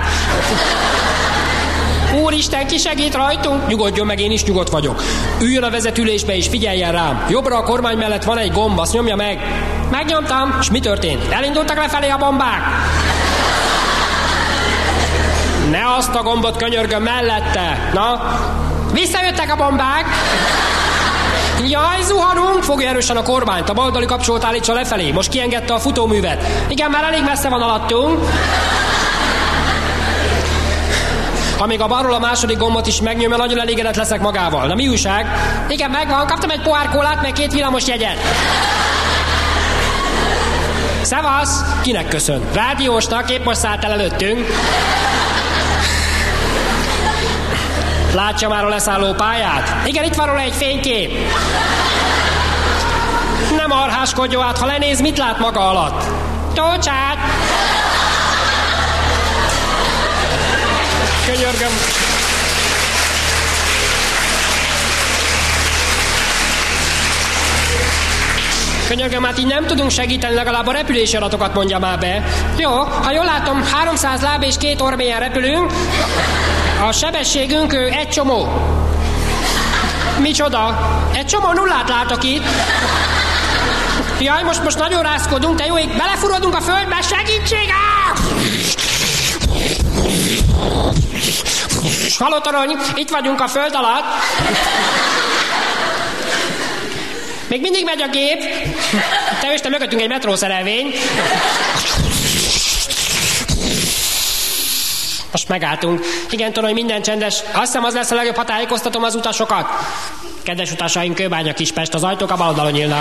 Úristen, ki segít rajtunk? Nyugodjon meg, én is nyugodt vagyok. Üljön a vezetülésbe és figyeljen rám. Jobbra a kormány mellett van egy gomb, azt nyomja meg. Megnyomtam, és mi történt? Elindultak lefelé a bombák. Ne azt a gombot, könyörgöm, mellette. Na, visszajöttek a bombák. Jaj, zuhanunk! Fogja erősen a kormányt, a baloldali kapcsolót állítsa lefelé. Most kiengedte a futóművet. Igen, már elég messze van alattunk. Amíg a balról a második gombot is megnyomja, nagyon elégedett leszek magával. Na mi újság? Igen, megvan, kaptam egy pohár kólát, meg 2 villamos jegyet. Szevasz! Kinek köszön? Rádiósnak, épp most szállt el előttünk. Látja már a leszálló pályát? Igen, itt van róla egy fénykép. Nem arháskodjon át, ha lenéz, mit lát maga alatt? Tócsát! Könyörgöm. Könyörgöm, hát így nem tudunk segíteni, legalább a repülési adatokat mondja már be. Jó, ha jól látom, 300 láb és 2 ormélyen repülünk. A sebességünk 1 csomó. Micsoda? 1 csomó nullát látok itt. Jaj, most nagyon rázkodunk, te jó ég, belefurodunk a földbe, segítség! Halló torony, itt vagyunk a föld alatt. Még mindig megy a gép. Te őste mögöttünk egy metrószerelvény. Most megálltunk. Igen, torony, minden csendes. Azt hiszem, az lesz a legjobb, ha tájékoztatom az utasokat. Kedves utasaink, Kőbánya, Kispest, az ajtók a bal oldalon nyílnak.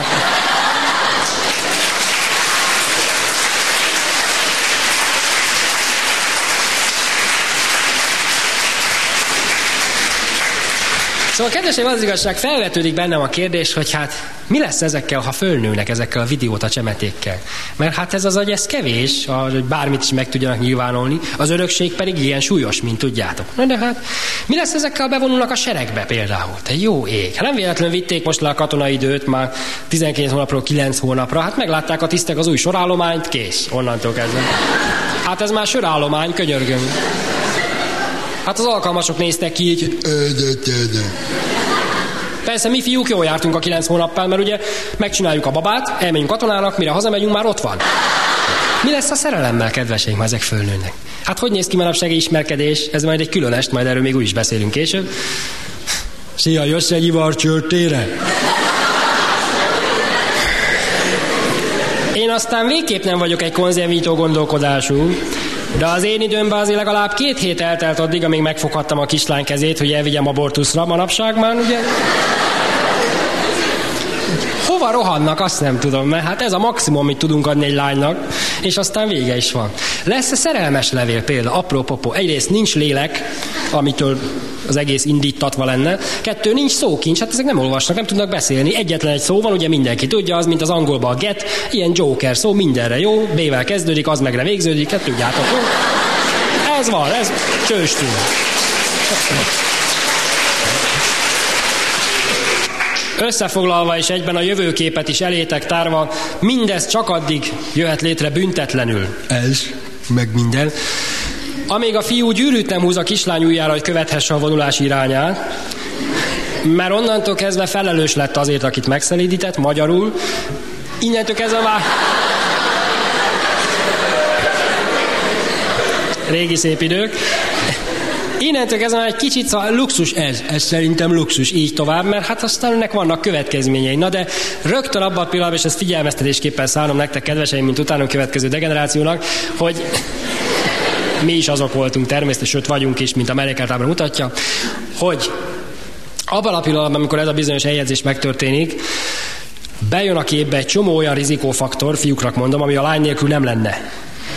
Szóval, kedveseim, az igazság, felvetődik bennem a kérdés, hogy hát mi lesz ezekkel, ha fölnőnek ezekkel a videóta csemetékkel? Mert hát ez az agy, ez kevés, hogy bármit is meg tudjanak nyilvánulni, az örökség pedig ilyen súlyos, mint tudjátok. Na de hát, mi lesz ezekkel, bevonulnak a seregbe például? Te jó ég! Hát nem véletlenül vitték most le a katonai időt már 19 hónapról 9 hónapra, hát meglátták a tisztek az új sorállományt, kész, onnantól kezdve. Hát ez már sorállomány, könyörgöm. Hát az alkalmasok néztek ki így. Persze mi fiúk jól jártunk a 9 hónappal, mert ugye megcsináljuk a babát, elmegyünk katonának, mire hazamegyünk, már ott van. Mi lesz a szerelemmel, kedveseim, ha ezek fölnőnek? Hát hogy néz ki manapsági ismerkedés? Ez majd egy külön est, majd erről még úgy is beszélünk később. Szia, jössz egy ivar csörtére? Én aztán végképp nem vagyok egy konzervító gondolkodású, de az én időmben azért legalább 2 hét eltelt addig, amíg megfoghattam a kislány kezét, hogy elvigyem abortuszra. Manapság már ugye... Hova rohannak, azt nem tudom, mert hát ez a maximum, amit tudunk adni egy lánynak, és aztán vége is van. Lesz-e szerelmes levél például? Apró popó. Egyrészt nincs lélek, amitől az egész indítatva lenne. 2, nincs szókincs, hát ezek nem olvasnak, nem tudnak beszélni. Egyetlen egy szó van, ugye mindenki tudja, az, mint az angolban a get, ilyen joker szó, mindenre jó, B-vel kezdődik, az megre végződik, hát tudjátok, jó? Ez van, ez csőstül. Összefoglalva és egyben a jövőképet is elétek tárva, mindez csak addig jöhet létre büntetlenül. Ez, meg minden. Amíg a fiú gyűrűt nem húz a kislány ujjára, hogy követhesse a vonulás irányát, mert onnantól kezdve felelős lett azért, akit megszelídített, magyarul. Innentől kezdve már... Régi szép idők. Innentől kezdve egy kicsit luxus ez szerintem luxus, így tovább, mert hát aztán ennek vannak következményei. Na de rögtön abban a pillanatban, és ezt figyelmeztetésképpen szállom nektek, kedveseim, mint utánunk következő degenerációnak, hogy mi is azok voltunk természetesen, sőt vagyunk is, mint a mellékeltábla mutatja, hogy abban a pillanatban, amikor ez a bizonyos eljegyzés megtörténik, bejön a képbe egy csomó olyan rizikófaktor, fiúknak mondom, ami a lány nélkül nem lenne.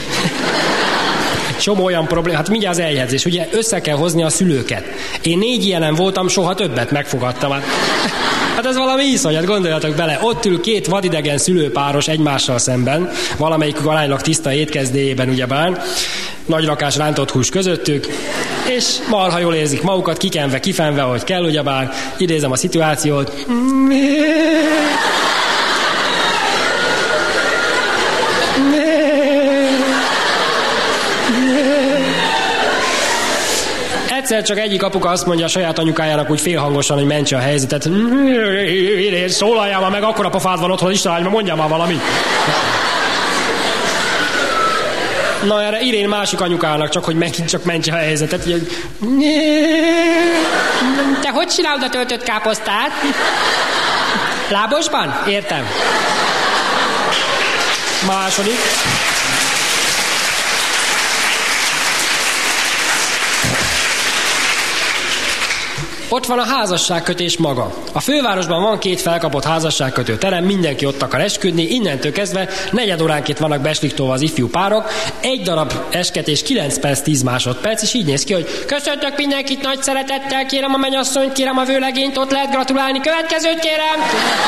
Csomó olyan probléma, hát mindjárt az eljegyzés, ugye össze kell hozni a szülőket. Én 4 ilyenen voltam, soha többet megfogadtam. Hát ez valami iszonyat, gondoljatok bele. Ott ül 2 vadidegen szülőpáros egymással szemben, valamelyikük aránylag tiszta étkezdéjében ugyebár, nagy rakás rántott hús közöttük, és marha jól érzik magukat, kikenve, kifenve, ahogy kell, ugyebár, idézem a szituációt. Egyszer csak egyik apuka azt mondja a saját anyukájának úgy félhangosan, hogy mentse a helyzetet. Szólaljál már meg, akkora pofád van otthon, Isten, mert mondjál már valamit. Na erre Irén másik anyukának, csak hogy megint csak mentse a helyzetet. Te hogy csinálod a töltött káposztát? Lábosban? Értem. Második. Ott van a házasságkötés maga. A fővárosban van 2 felkapott házasságkötő terem, mindenki ott akar esküdni, innentől kezdve 4 óránként vannak besliktolva az ifjú párok, 1 darab esketés 9 perc 10 másodperc, és így néz ki, hogy köszöntök mindenkit nagy szeretettel, kérem a mennyasszonyt, kérem a vőlegényt, ott lehet gratulálni, következőt kérem!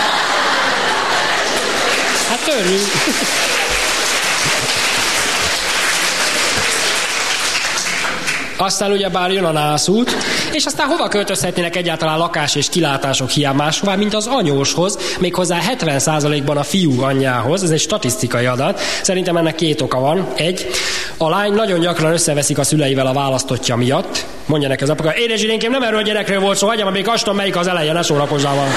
Hát törjünk! Aztán ugyebár jön a nászút, és aztán hova költözhetnének egyáltalán lakás és kilátások hiány máshová, mint az anyóshoz, méghozzá 70%-ban a fiú anyjához, ez egy statisztikai adat. Szerintem ennek 2 oka van. 1. A lány nagyon gyakran összeveszik a szüleivel a választottja miatt. Mondja neki az apuka, édesínénkem, nem erről a gyerekről volt szó, hagyjam, még kastom, melyik az eleje, ne szórakozzál van.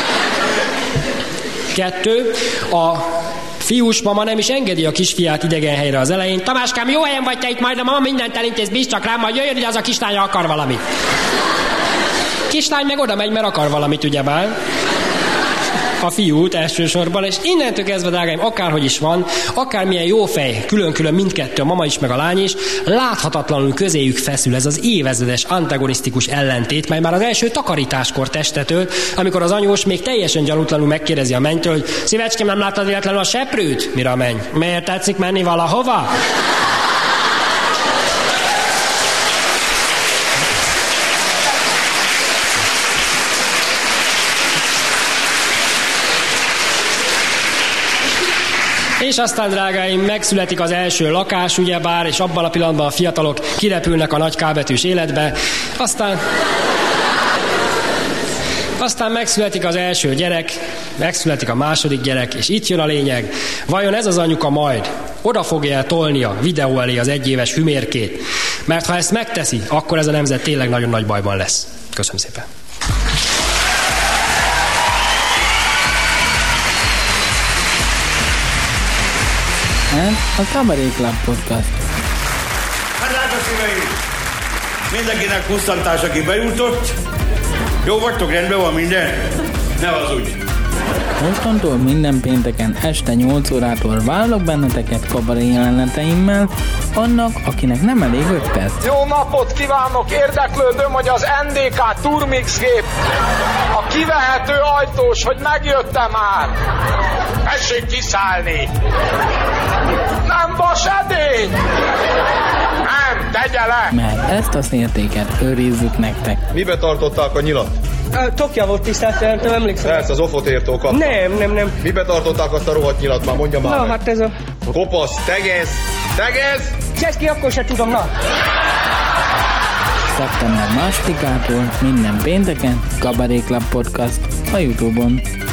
2. A fiús mama nem is engedi a kisfiát idegen helyre az elején. Tamáskám, jó helyen vagy te itt, majd a mama mindent elintéz, bízd csak rám, majd jöjjön, hogy az a kislánya akar valamit. Kislány meg oda megy, mert akar valamit, ugyebár. A fiút elsősorban, és innentől kezdve, drágáim, akárhogy is van, akármilyen jó fej, külön-külön mindkettő, a mama is, meg a lány is, láthatatlanul közéjük feszül ez az évezredes antagonisztikus ellentét, mely már az első takarításkor testet ölt, amikor az anyós még teljesen gyanútlanul megkérdezi a mennytől, hogy szívecském, nem láttad véletlenül a seprűt? Mire a menny? Miért tetszik menni valahova? És aztán, drágáim, megszületik az első lakás, ugyebár, és abban a pillanatban a fiatalok kirepülnek a nagy K-betűs életbe. Aztán megszületik az első gyerek, megszületik a második gyerek, és itt jön a lényeg. Vajon ez az anyuka majd oda fogja tolni a videó elé az 1 éves hümérkét? Mert ha ezt megteszi, akkor ez a nemzet tényleg nagyon nagy bajban lesz. Köszönöm szépen. Ez a Kabaré Club Podcast. Hát drága szíveim, mindenkinek kusztantás, aki bejutott. Jó vagytok, rendben van minden? Ne hazudj! Mostantól minden pénteken este 8 órától várlak benneteket kabaré jeleneteimmel, annak, akinek nem elég 5 perc. Jó napot kívánok, érdeklődöm, hogy az NDK Turmix gép a kivehető ajtós, hogy megjött-e már? Tessék kiszállni! Nem vas edény! Nem, tegye le! Mert ezt a szértéket őrizzük nektek. Mibe tartották a nyilat? Tokja volt tisztelt, nem emlékszem. Persze, az ofotértól kapta. Nem. Mibe tartották azt a rohadt nyilat? Már mondja már Na, meg. hát ez a... Kopasz, tegez! Cseszki, akkor se tudom, na. Szeptember 2-ától minden pénteken Kabaré Club Podcast a YouTube-on.